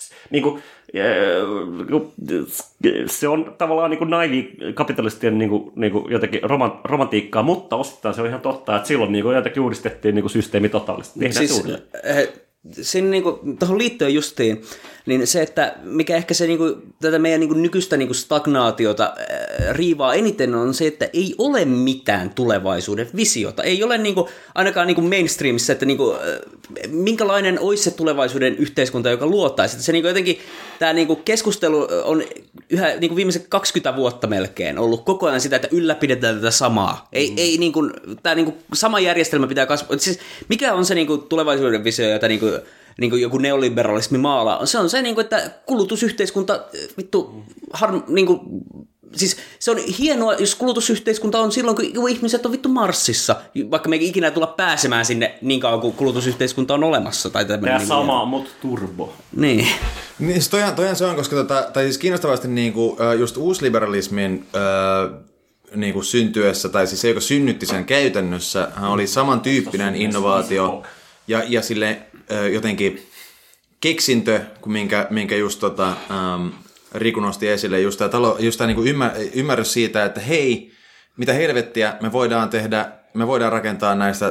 [SPEAKER 4] se on tavallaan niinku naivi kapitalistien niinku jotenkin romantiikkaa, mutta osittain se on ihan totta, että silloin niinku jotenkin uudistettiin niinku systeemi totaalisesti. Tehdään siis,
[SPEAKER 5] siinä niinku, tuohon liittyen justiin, niin se, että mikä ehkä se niinku, tätä meidän niinku nykyistä niinku stagnaatiota riivaa eniten on se, että ei ole mitään tulevaisuuden visiota. Ei ole niinku, ainakaan niinku mainstreamissa, että niinku, minkälainen olisi se tulevaisuuden yhteiskunta, joka luottaisi. Että se niinku jotenkin, tämä niinku keskustelu on yhä niinku viimeiset 20 vuotta melkein ollut koko ajan sitä, että ylläpidetään tätä samaa. Ei niinku, tämä niinku sama järjestelmä pitää kasvaa. Siis mikä on se niinku tulevaisuuden visio, jota niinku joku neoliberalismi maalaa? Se on se, niinku, että kulutusyhteiskunta vittu niinku, siis se on hienoa, jos kulutusyhteiskunta on silloin, kun ihmiset on vittu Marsissa, vaikka me ei ikinä tulla pääsemään sinne niin kauan, kun kulutusyhteiskunta on olemassa.
[SPEAKER 4] Tämä sama, mutta turbo.
[SPEAKER 5] Niin.
[SPEAKER 8] Niin, toihan se on, koska tai siis kiinnostavasti niinku, just uusliberalismin niinku syntyessä, tai siis se, joka synnytti sen käytännössä, oli samantyyppinen innovaatio ja sille jotenkin keksintö, minkä just Riku nosti esille, just tämä niinku ymmärrys siitä, että hei, mitä helvettiä me voidaan tehdä, me voidaan rakentaa näistä,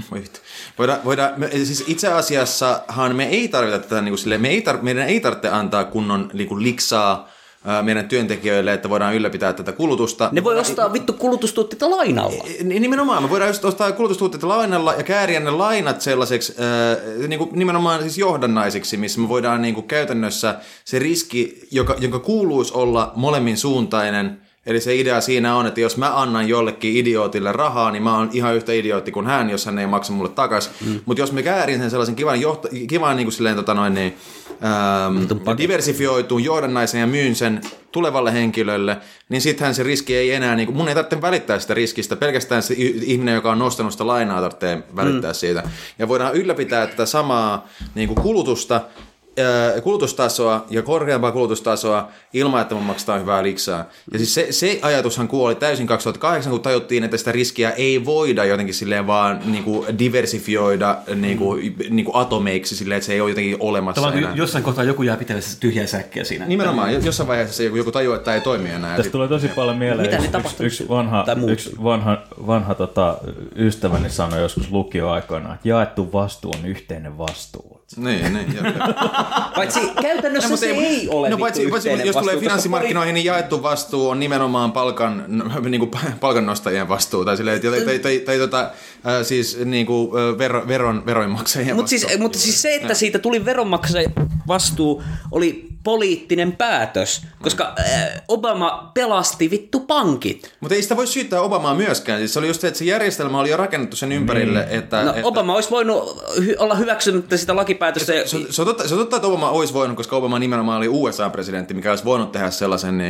[SPEAKER 8] siis itse asiassahan me ei tarvita tätä, niin kuin meidän ei tarvitse antaa kunnon niin kuin liksaa meidän työntekijöille, että voidaan ylläpitää tätä kulutusta.
[SPEAKER 5] Ne voi ostaa vittu kulutustuotteita lainalla.
[SPEAKER 8] Nimenomaan, me voidaan just ostaa kulutustuotteita lainalla ja kääriä ne lainat sellaiseksi niin kuin nimenomaan siis johdannaisiksi, missä me voidaan niin kuin käytännössä se riski, jonka kuuluisi olla molemmin suuntainen. Eli se idea siinä on, että jos mä annan jollekin idiootille rahaa, niin mä oon ihan yhtä idiootti kuin hän, jos hän ei maksa mulle takaisin. Mutta jos me käärin sen sellaisen kivan niin kuin silleen, diversifioituun johdannaisen ja myyn sen tulevalle henkilölle, niin sittenhän se riski ei enää, niin kuin, mun ei tarvitse välittää sitä riskistä, pelkästään se ihminen, joka on nostanut sitä lainaa, tarvitsee välittää siitä. Ja voidaan ylläpitää tätä samaa niin kuin kulutusta kulutustasoa ja korkeampaa kulutustasoa ilman, että me maksetaan hyvää liksaa. Ja siis se ajatushan kuoli täysin 2008, kun tajuttiin, että sitä riskiä ei voida jotenkin silleen vaan niinku diversifioida niinku atomeiksi silleen, että se ei ole jotenkin olemassa enää.
[SPEAKER 6] Jossain kohtaa joku jää pitämään tyhjää säkkiä siinä.
[SPEAKER 8] Nimenomaan, jossain vaiheessa joku tajuaa, että tämä ei toimi enää.
[SPEAKER 7] Tästä tulee tosi paljon mieleen. Yksi vanha ystäväni sanoi joskus lukioaikoina, että jaettu vastuu on yhteinen vastuu.
[SPEAKER 8] Niin.
[SPEAKER 5] Paitsi käytännössä se ei ole
[SPEAKER 8] paitsi, jos tulee finanssimarkkinoihin, niin jaettu vastuu on nimenomaan palkannostajien vastuu. Tai silleen, siis niinku veronmaksajien vastuu.
[SPEAKER 5] Mutta siis se, että siitä tuli veronmaksajien vastuu, oli poliittinen päätös, koska Obama pelasti vittu pankit.
[SPEAKER 8] Mutta ei sitä voi syyttää Obamaa myöskään. Siis se oli just se, että se järjestelmä oli jo rakennettu sen ympärille. Että
[SPEAKER 5] Obama olisi voinut olla hyväksymättä sitä lakipäätöstä.
[SPEAKER 8] Se on totta, että Obama olisi voinut, koska Obama nimenomaan oli USA-presidentti, mikä olisi voinut tehdä sellaisen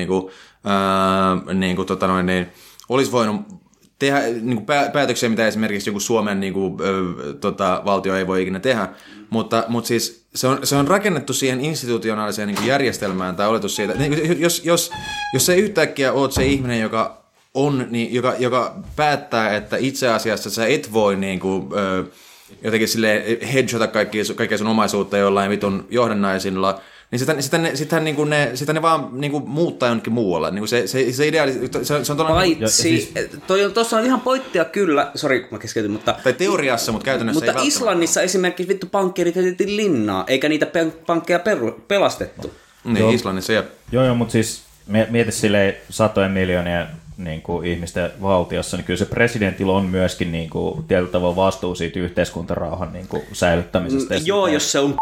[SPEAKER 8] olisi voinut tehdä päätöksiä, mitä esimerkiksi joku Suomen valtio ei voi ikinä tehdä. Mutta siis se on rakennettu siihen institutionaaliseen järjestelmään tai oletus siitä, että jos se yhtäkkiä oot se ihminen, joka päättää, että itse asiassa sä et voi jotenkin silleen hedgota kaikkea sun omaisuutta jollain vitun johdannaisilla, niin sitä ne vaan muuttaa jonnekin muualle. Se ideaali, se on
[SPEAKER 5] paitsi, tuossa on ihan pointtia kyllä, sori mä keskeytyn, mutta
[SPEAKER 8] tai teoriassa, mutta käytännössä ei välttämättä.
[SPEAKER 5] Mutta Islannissa esimerkiksi vittu pankkeerit heitettiin linnaa, eikä niitä pankkeja pelastettu.
[SPEAKER 8] Niin, Islannissa jep.
[SPEAKER 7] Joo, mutta siis mieti silleen satojen miljoonien ihmisten valtiossa, niin kyllä se presidentillä on myöskin tietyllä tavalla vastuu siitä yhteiskuntarauhan säilyttämisestä.
[SPEAKER 5] Joo, jos se on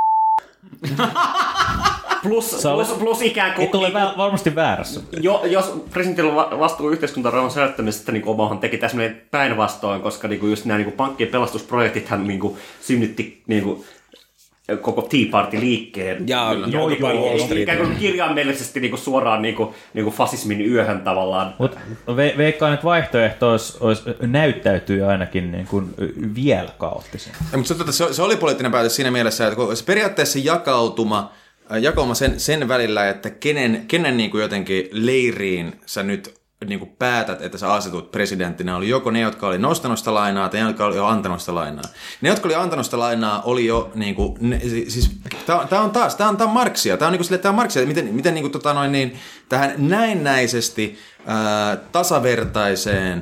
[SPEAKER 4] plus ikään kuin...
[SPEAKER 7] Et ole varmasti väärässä.
[SPEAKER 4] Jos presidentillä on vastuu yhteiskuntarauhan säilyttämisestä, niin Obahan teki täsmälleen päinvastoin, koska just nämä pankkien pelastusprojektithan synnytti koko Tea Party-liikkeen. Ikään kuin kirjaimellisesti suoraan fasismin yöhön tavallaan.
[SPEAKER 7] Mutta veikkaan, että vaihtoehto näyttäytyy ainakin vielä kaoottisen.
[SPEAKER 8] Mutta se oli poliittinen päätös siinä mielessä, että se periaatteessa jakauma sen välillä, että kenen jotenkin leiriin sä nyt päätät, että sä asetut presidenttinä, oli joko ne, jotka oli nostanut sitä lainaa, tai ne, jotka oli jo antanut sitä lainaa. Ne, jotka oli antanut sitä lainaa, oli jo, siis tää on Marxia, tää on Marxia, miten tähän näennäisesti tasavertaiseen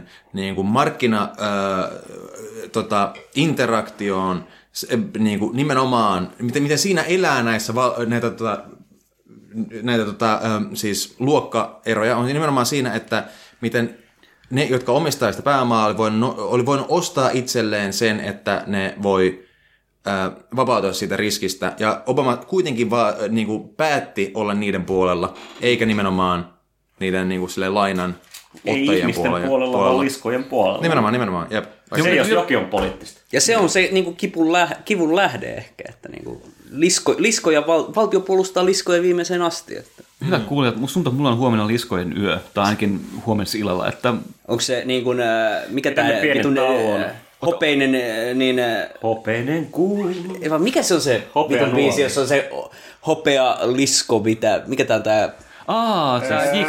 [SPEAKER 8] interaktioon, nimenomaan, miten siinä elää näissä siis luokkaeroja on nimenomaan siinä, että miten ne, jotka omistaa sitä pääomaa, oli voinut ostaa itselleen sen, että ne voi vapautua siitä riskistä. Ja Obama kuitenkin päätti olla niiden puolella, eikä nimenomaan niiden lainan ottajien
[SPEAKER 4] ei ihmisten puolella, vaan liskojen puolella.
[SPEAKER 8] Nimenomaan, jep.
[SPEAKER 4] Se jos jokin on poliittista.
[SPEAKER 5] Ja se on se kivun lähde ehkä, että liskoja, valtio puolustaa liskoja viimeiseen asti. Että.
[SPEAKER 6] Hyvä kuulijat, mulla on huomenna liskojen yö, tai ainakin huomenna illalla. Että
[SPEAKER 5] onko se mikä tämä hopeinen,
[SPEAKER 4] hopeinen kuu.
[SPEAKER 5] Mikä se on se vitun biisi, jos on se hopea lisko, mikä tää on tää?
[SPEAKER 6] J.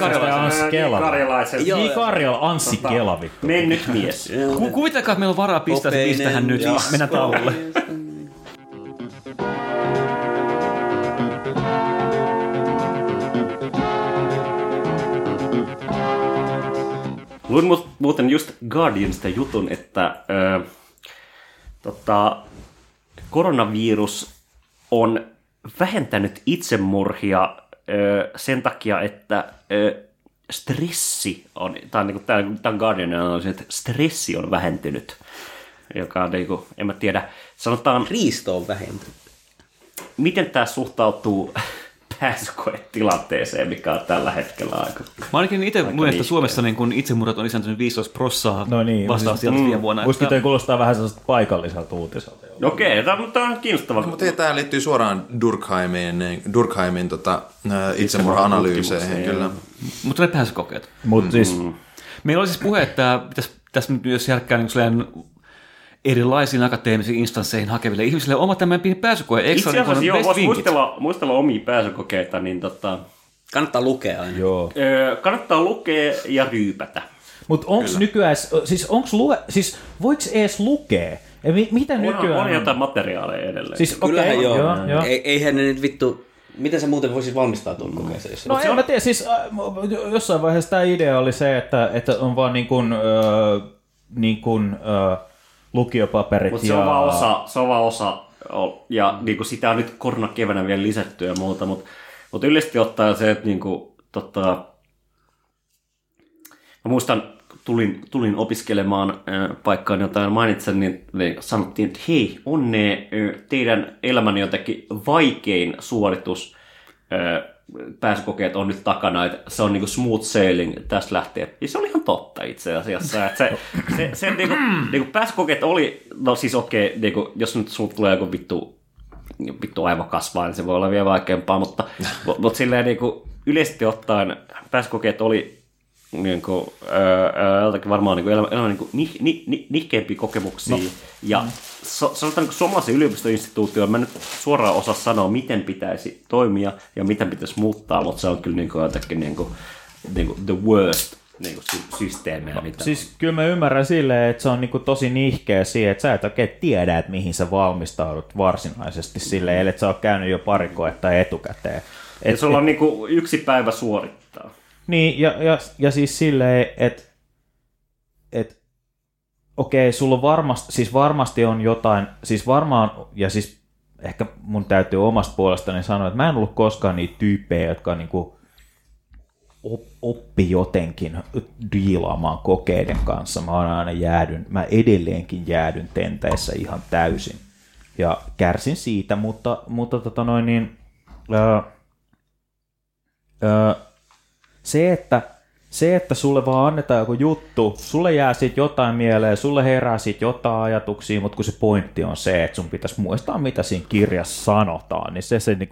[SPEAKER 7] Karjala, Anssi Kela, vittu.
[SPEAKER 4] Mennyt mies.
[SPEAKER 6] Kuvitelkaa, että meillä on varaa pistää se biisi tähän nyt. Mennään tauolle.
[SPEAKER 4] Luin muuten just Guardianista jutun, että koronavirus on vähentänyt itsemurhia sen takia, että stressi on, tämä Guardian on se, että stressi on vähentynyt, joka on, en mä tiedä, sanotaan...
[SPEAKER 5] Riisto on vähentynyt.
[SPEAKER 4] Miten tämä suhtautuu pääsykoetilanteeseen, mikä on tällä hetkellä aika...
[SPEAKER 6] Mä ainakin itse luulen, että Suomessa itsemurhat on lisääntynyt 15% vastaavasti viime vuonna.
[SPEAKER 7] Muiskin toi kuulostaa vähän sellaista paikalliselta uutiselta.
[SPEAKER 4] Okei, tämä on kiinnostavaa.
[SPEAKER 8] Mutta tämä liittyy suoraan Durkheimin itsemurha-analyyseihin. Kyllä.
[SPEAKER 6] Mutta ne pääsykokeet.
[SPEAKER 7] Siis...
[SPEAKER 6] Meillä oli siis puhe, että tässä nyt jos järkkää erilaisiin akateemisiin instansseihin hakeville ihmisille oma tämmöinen pieni pääsykoe. Eikö
[SPEAKER 4] Itse asiassa joo, voisi muistella omia pääsykokeita, niin
[SPEAKER 5] kannattaa lukea aina.
[SPEAKER 7] Joo.
[SPEAKER 4] Kannattaa lukea ja ryypätä.
[SPEAKER 7] Mutta onko nykyään, siis voiko edes lukea? Mitä nykyään
[SPEAKER 4] on jotain materiaaleja edelleen.
[SPEAKER 7] Siis,
[SPEAKER 5] Kyllähän
[SPEAKER 7] joo.
[SPEAKER 5] Eihän ne nyt vittu... Miten sä muuten voisit valmistautua kokeeseen?
[SPEAKER 7] No en mä tiedä, siis jossain vaiheessa tämä idea oli se, että on vaan niin kuin lukiopaperit.
[SPEAKER 4] Mutta se on vaan osa, ja niin kuin sitä on nyt koronakevänä vielä lisätty ja muuta, mutta yleisesti ottaen se, että niin kuin, mä muistan, tulin opiskelemaan paikkaan jotain mainitsen, niin sanottiin, että hei, onnea teidän elämän jotenkin vaikein suoritus pääsykokeet on nyt takana, että se on niinku smooth sailing tästä lähtien. Ja se oli ihan totta itse asiassa. Että se niinku pääsykokeet oli, no siis okei, niinku, jos nyt sulta tulee joku vittu aivokasvaa, niin se voi olla vielä vaikeampaa, mutta silleen niinku, yleisesti ottaen pääsykokeet oli niinku, varmaan niinku elämän niinku, nihkeämpiä kokemuksia. No. Ja sanotaan niin suomalaisen yliopistoinstituutioon, mä en nyt suoraan osaa sanoa, miten pitäisi toimia ja miten pitäisi muuttaa, mutta se on kyllä niin kuin jotenkin niin kuin the worst niin kuin systeemiä.
[SPEAKER 7] No, siis kyllä mä ymmärrän silleen, että se on niin kuin tosi nihkeä siihen, että sä et oikein tiedä, että mihin sä valmistaudut varsinaisesti silleen, että sä oot käynyt jo pari koetta etukäteen.
[SPEAKER 4] Ja sulla on niin kuin yksi päivä suorittaa.
[SPEAKER 7] Niin, ja siis silleen, että okei, sulla on varmasti on jotain, siis varmaan, ja siis ehkä mun täytyy omasta puolestani sanoa, että mä en ollut koskaan niitä tyyppejä, jotka niinku oppi jotenkin diilaamaan kokeiden kanssa. Mä edelleenkin jäädyn tenteissä ihan täysin. Ja kärsin siitä, mutta se, että sulle vaan annetaan joku juttu, sulle jää siitä jotain mieleen, sulle herää siitä jotain ajatuksia, mutta kun se pointti on se, että sun pitäisi muistaa, mitä siinä kirjassa sanotaan, niin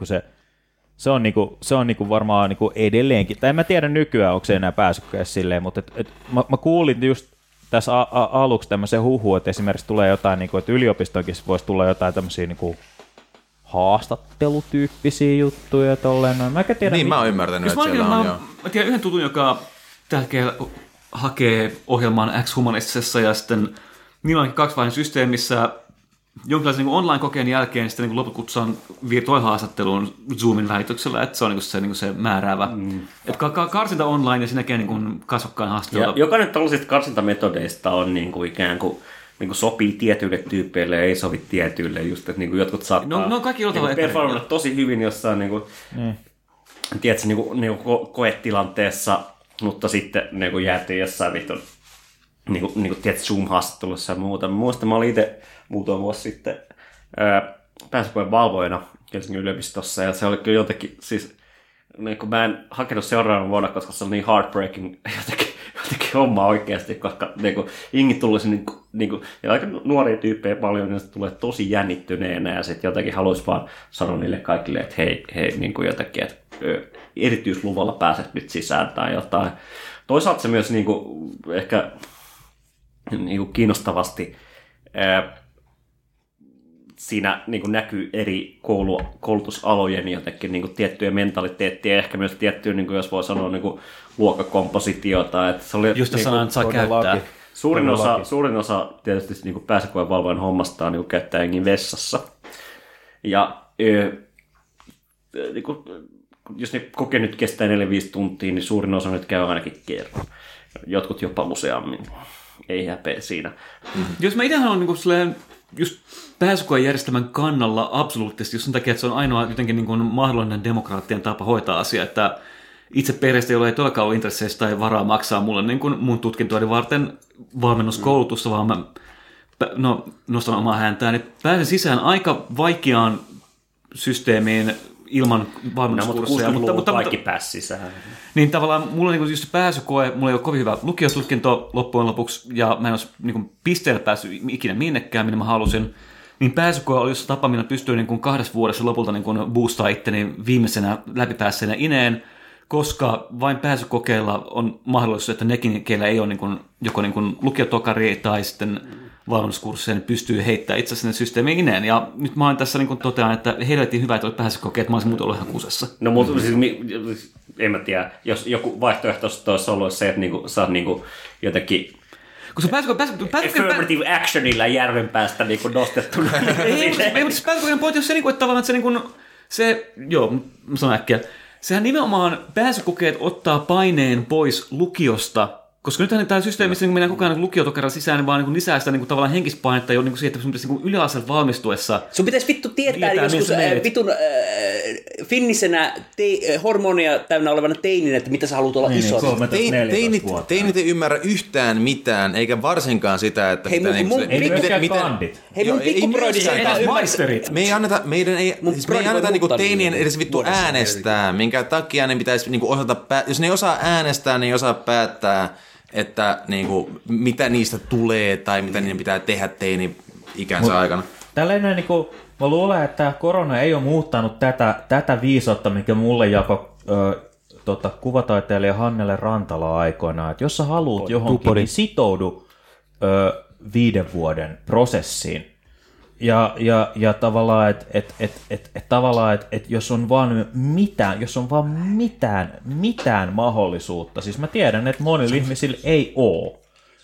[SPEAKER 7] se on varmaan edelleenkin, tai en mä tiedä nykyään, onko se enää pääsykokeessa silleen, mutta mä kuulin just tässä aluksi tämmöisen huhuun, että esimerkiksi tulee jotain, että yliopistoonkin voisi tulla jotain tämmöisiä haastattelutyyppisiä juttuja tolleen. Mä en tiedä.
[SPEAKER 8] Niin, mä oon ymmärtänyt, että siellä on jo.
[SPEAKER 6] Mä tiedän yhden tutun, joka tällä hetkellä hakee ohjelmaan X-humanistisessa ja sitten niillä onkin kaksivaiheinen systeemi, missä jonkinlaisen online-kokeen jälkeen sitten loput kutsutaan virtuaalihaastatteluun Zoomin lähetyksellä, että se on se määräävä. Että karsinta online ja sinäkin kasvokkaan haastattelua.
[SPEAKER 4] Jokainen tällaisista karsintametodeista on ikään kuin sopii tietyille tyypeille ja ei sovi tietyille. Just, että jotkut saattaa
[SPEAKER 6] no kaikki
[SPEAKER 4] performata tosi hyvin jossain tiedätkö, koetilanteessa, mutta sitten jäätiin jossain vitun tiedätkö, Zoom-haastattelussa ja muuta. Muistan, mä olin itse muutama vuosi sitten pääsykoeen valvojana Helsingin yliopistossa ja se oli kyllä jotenkin, siis mä en hakenut seuraavana vuonna, koska se oli niin heartbreaking jotenkin homma oikeasti, koska jengi tulisi ja aika nuoria tyyppejä paljon, niin se tulee tosi jännittyneenä ja sitten jotenkin haluaisi vaan sanoa niille kaikille, että hei jotenkin, että erityisluvalla pääset nyt sisään tai jotain. Toisaalta se myös ehkä kiinnostavasti siinä näkyy eri koulutusalojen jotenkin tiettyjä mentaliteettia ja ehkä myös tiettyä, jos voi sanoa, luokkakompositiota. Että se oli,
[SPEAKER 6] just sanoa, että saa käyttää.
[SPEAKER 4] Suurin osa tietysti pääsykoeen valvojen hommasta on käyttää jengin vessassa. Ja jos ne kokee nyt kestää 4-5 tuntia, niin suurin osa nyt käy ainakin kerran. Jotkut jopa useammin. Ei häpeä siinä.
[SPEAKER 6] Jos mä itsehän on just pääsykoen järjestelmän kannalla absoluuttisesti, just sen takia, että se on ainoa jotenkin mahdollinen demokraattien tapa hoitaa asia, että itse perheestä, jolla ei todellakaan ole intresseissä tai varaa maksaa mulle mun tutkintoani varten valmennuskoulutusta, vaan mä nostan omaa häntään, niin pääsen sisään aika vaikeaan systeemiin ilman valmennuskursseja.
[SPEAKER 4] Mutta kaikki pääsi sisään.
[SPEAKER 6] Niin tavallaan mulla on just pääsykoe, mulla ei ole kovin hyvä lukiotutkinto loppujen lopuksi, ja mä en olisi pisteellä päässyt ikinä minnekään, minne mä halusin. Niin pääsykoe oli just tapa, millä pystyy 2 vuodessa lopulta boostaa itteni viimeisenä läpipäässeenä ineen, koska vain pääsykokeilla on mahdollisuus, että nekin, keillä ei ole joko lukiotokari tai sitten valmennuskursseja, niin pystyy heittämään itse asiassa sinne systeemiin ineen. Ja nyt mä oon tässä niin totean, että helvetin hyvä, että olet pääsykokeet, mä olisin muuten ollut ihan kusessa.
[SPEAKER 4] No mutta siis, en mä tiedä, jos joku vaihtoehto olisi ollut se, että niinku, sä oot niinku jotenkin
[SPEAKER 6] kun se
[SPEAKER 4] affirmative actionilla järven päästä niinku nostettuna.
[SPEAKER 6] Ei, mutta pääsykokeen pointti on se, että tavallaan se, joo, mä sanon äkkiä, sehän nimenomaan pääsykokeet ottaa paineen pois lukiosta, koska nythän tämä systeemi, missä mennään koko ajan lukiotokerran sisään, niin vaan niin lisää sitä niin tavallaan henkistä painetta jo niin siihen, että sun pitäisi niin yläasteelta valmistuessa.
[SPEAKER 5] Sun pitäisi vittu tietää joskus vitun finnisenä hormonia täynnä olevana teininä, että mitä sä haluat olla iso.
[SPEAKER 8] Teinit ei ymmärrä yhtään mitään, eikä varsinkaan sitä, että
[SPEAKER 5] hei,
[SPEAKER 7] ei myöskään kandit.
[SPEAKER 5] Hei, mun pikkuproidissa
[SPEAKER 8] me ei anneta niinku teinien edes vittu äänestää, minkä takia ne pitäisi niinku osata jos ne ei osaa äänestää, niin ei osaa päättää, että niinku, mitä niistä tulee tai mitä niiden pitää tehdä teini-ikänsä aikana.
[SPEAKER 7] Tällainen, niinku, mä luulen, että korona ei ole muuttanut tätä viisautta, mikä mulle jakoi kuvataiteilija Hannele Rantala aikoinaan, että jos sä haluat johonkin, niin sitoudu 5 vuoden prosessiin. Ja tavallaan, että jos on vaan mitään mahdollisuutta, siis mä tiedän, että monilla ihmisillä ei ole.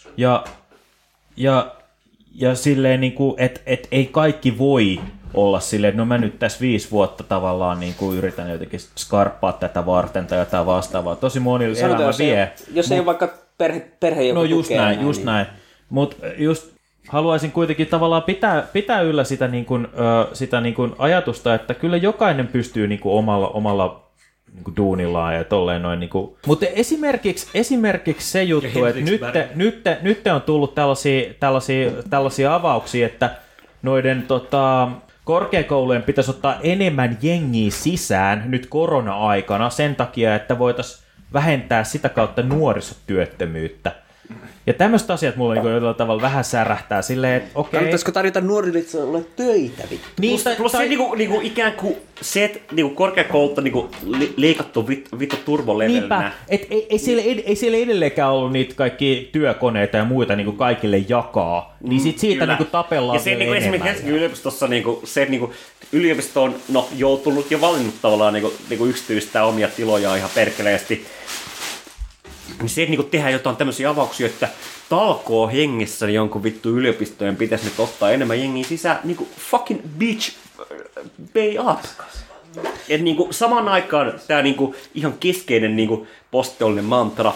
[SPEAKER 7] Ja silleen niinku, että ei kaikki voi olla silleen, että no mä nyt tässä 5 vuotta tavallaan niinku yritän jotenkin skarppaa tätä varten tai jotain vastaavaa. Tosi monilla elämä vie.
[SPEAKER 5] Jos ei ole vaikka perhe joku
[SPEAKER 7] no just näin. Mutta just haluaisin kuitenkin tavallaan pitää yllä sitä, sitä ajatusta, että kyllä jokainen pystyy omalla duunillaan ja tolleen noin. Mutta esimerkiksi se juttu, että nyt on tullut tällaisia avauksia, että noiden korkeakoulujen pitäisi ottaa enemmän jengiä sisään nyt korona-aikana sen takia, että voitaisiin vähentää sitä kautta nuorisotyöttömyyttä. Ja tämmöiset asiat mulla jollain tavalla vähän särähtää silleen, että okei.
[SPEAKER 5] Kannattaisiko tarjota nuorille, että ole töitä vittu?
[SPEAKER 4] Niin, plus se niinku ikään kuin se, että niinku korkeakoulta niinku leikattu vittu turbolevelnä.
[SPEAKER 7] Niinpä, ei siellä edelleenkään ollut niitä kaikki työkoneita ja muita niinku kaikille jakaa. Niin sit siitä niinku tapellaan
[SPEAKER 4] ja se niinku esimerkiksi Helsingin yliopistossa niinku, se, että niinku, yliopisto on joutunut ja valinnut tavallaan niinku yksityistää omia tilojaan ihan perkeleesti. Niin se, että niinku tehdään jotain tämmöisiä avauksia, että talkoo hengissä niin jonkun vittu yliopistojen pitäisi nyt ottaa enemmän jengiä sisään, niinku fucking bitch, pay up. Että niinku samaan aikaan tää niinku ihan keskeinen niinku postteollinen mantra,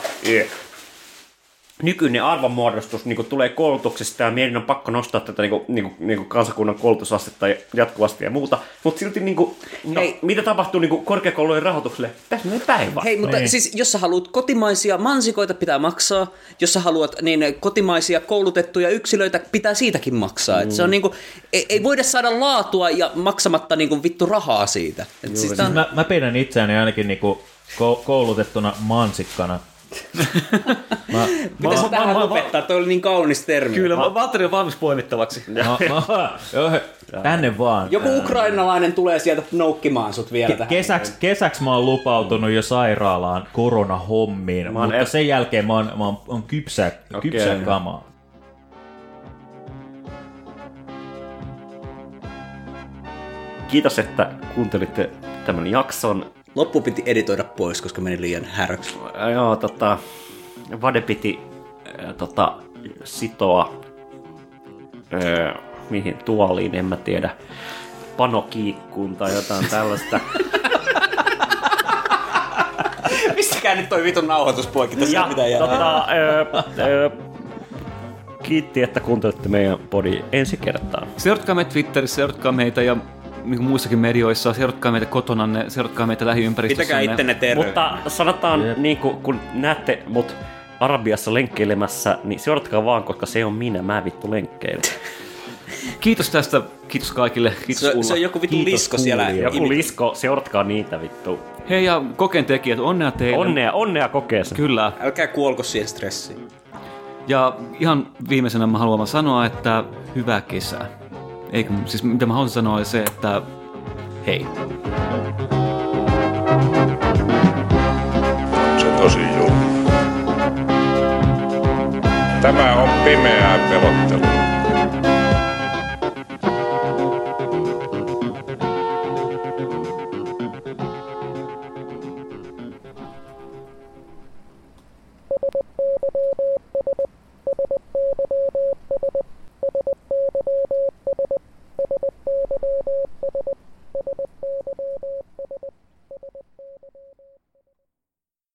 [SPEAKER 4] nykyinen arvonmuodostus niinku tulee koulutuksesta ja meidän on pakko nostaa tätä niinku kansakunnan koulutusastetta jatkuvasti ja muuta, mutta silti mitä tapahtuu niinku korkeakoulujen rahoitukselle? Tässä menee päivä.
[SPEAKER 5] Hei, mutta siis jos sä haluat kotimaisia mansikoita, pitää maksaa. Jos sä haluat niin kotimaisia koulutettuja yksilöitä, pitää siitäkin maksaa. Et se on niinku, ei voida saada laatua ja maksamatta niinku vittu rahaa siitä.
[SPEAKER 7] Siis mä pidän itseäni ainakin niinku koulutettuna mansikkana.
[SPEAKER 5] Pitäisi tähän lopettaa, toi oli niin kaunis termi.
[SPEAKER 6] Kyllä, Valtteri on valmis poimittavaksi.
[SPEAKER 7] Tänne vaan.
[SPEAKER 5] Joku ukrainalainen tulee sieltä noukkimaan sut vielä tähän.
[SPEAKER 7] Kesäksi mä oon lupautunut jo sairaalaan koronahommiin, mutta sen jälkeen mä oon kypsä kamaa.
[SPEAKER 4] Kiitos, että kuuntelitte tämän jakson.
[SPEAKER 5] Loppu piti editoida pois, koska meni liian häröksi.
[SPEAKER 4] Joo, Vade piti sitoa mihin tuoliin, en mä tiedä, panokiikkuun tai jotain tällaista.
[SPEAKER 5] Mistäkään nyt toi vitun nauhoituspoikki, tässä ei mitään jää.
[SPEAKER 4] Kiitti, että kuuntelitte meidän podi ensi kertaa.
[SPEAKER 6] Seuratkaa meitä Twitterissä, seuratkaa meitä ja niin kuin muissakin medioissa, seuratkaa meitä kotonanne, seuratkaa meitä lähiympäristössänne.
[SPEAKER 5] Pitäkää ittenne terveen.
[SPEAKER 4] Mutta sanotaan, niin kun näette mut Arabiassa lenkkeilemässä, niin seuratkaa vaan, koska se on mä vittu lenkkeilen.
[SPEAKER 6] Kiitos tästä, kiitos kaikille, kiitos Ulla.
[SPEAKER 5] Se on joku vittu lisko siellä.
[SPEAKER 4] Joku lisko, seuratkaa niitä vittu.
[SPEAKER 6] Hei ja kokeen tekijät, onnea teille.
[SPEAKER 4] Onnea kokeeseen.
[SPEAKER 6] Kyllä.
[SPEAKER 5] Älkää kuolko siihen stressiin.
[SPEAKER 6] Ja ihan viimeisenä mä haluan sanoa, että hyvää kesää. Eikä, siis mitä mä haluaisin sanoa oli se, että hei.
[SPEAKER 3] Se tosi julma. Tämä on pimeää pelottelua.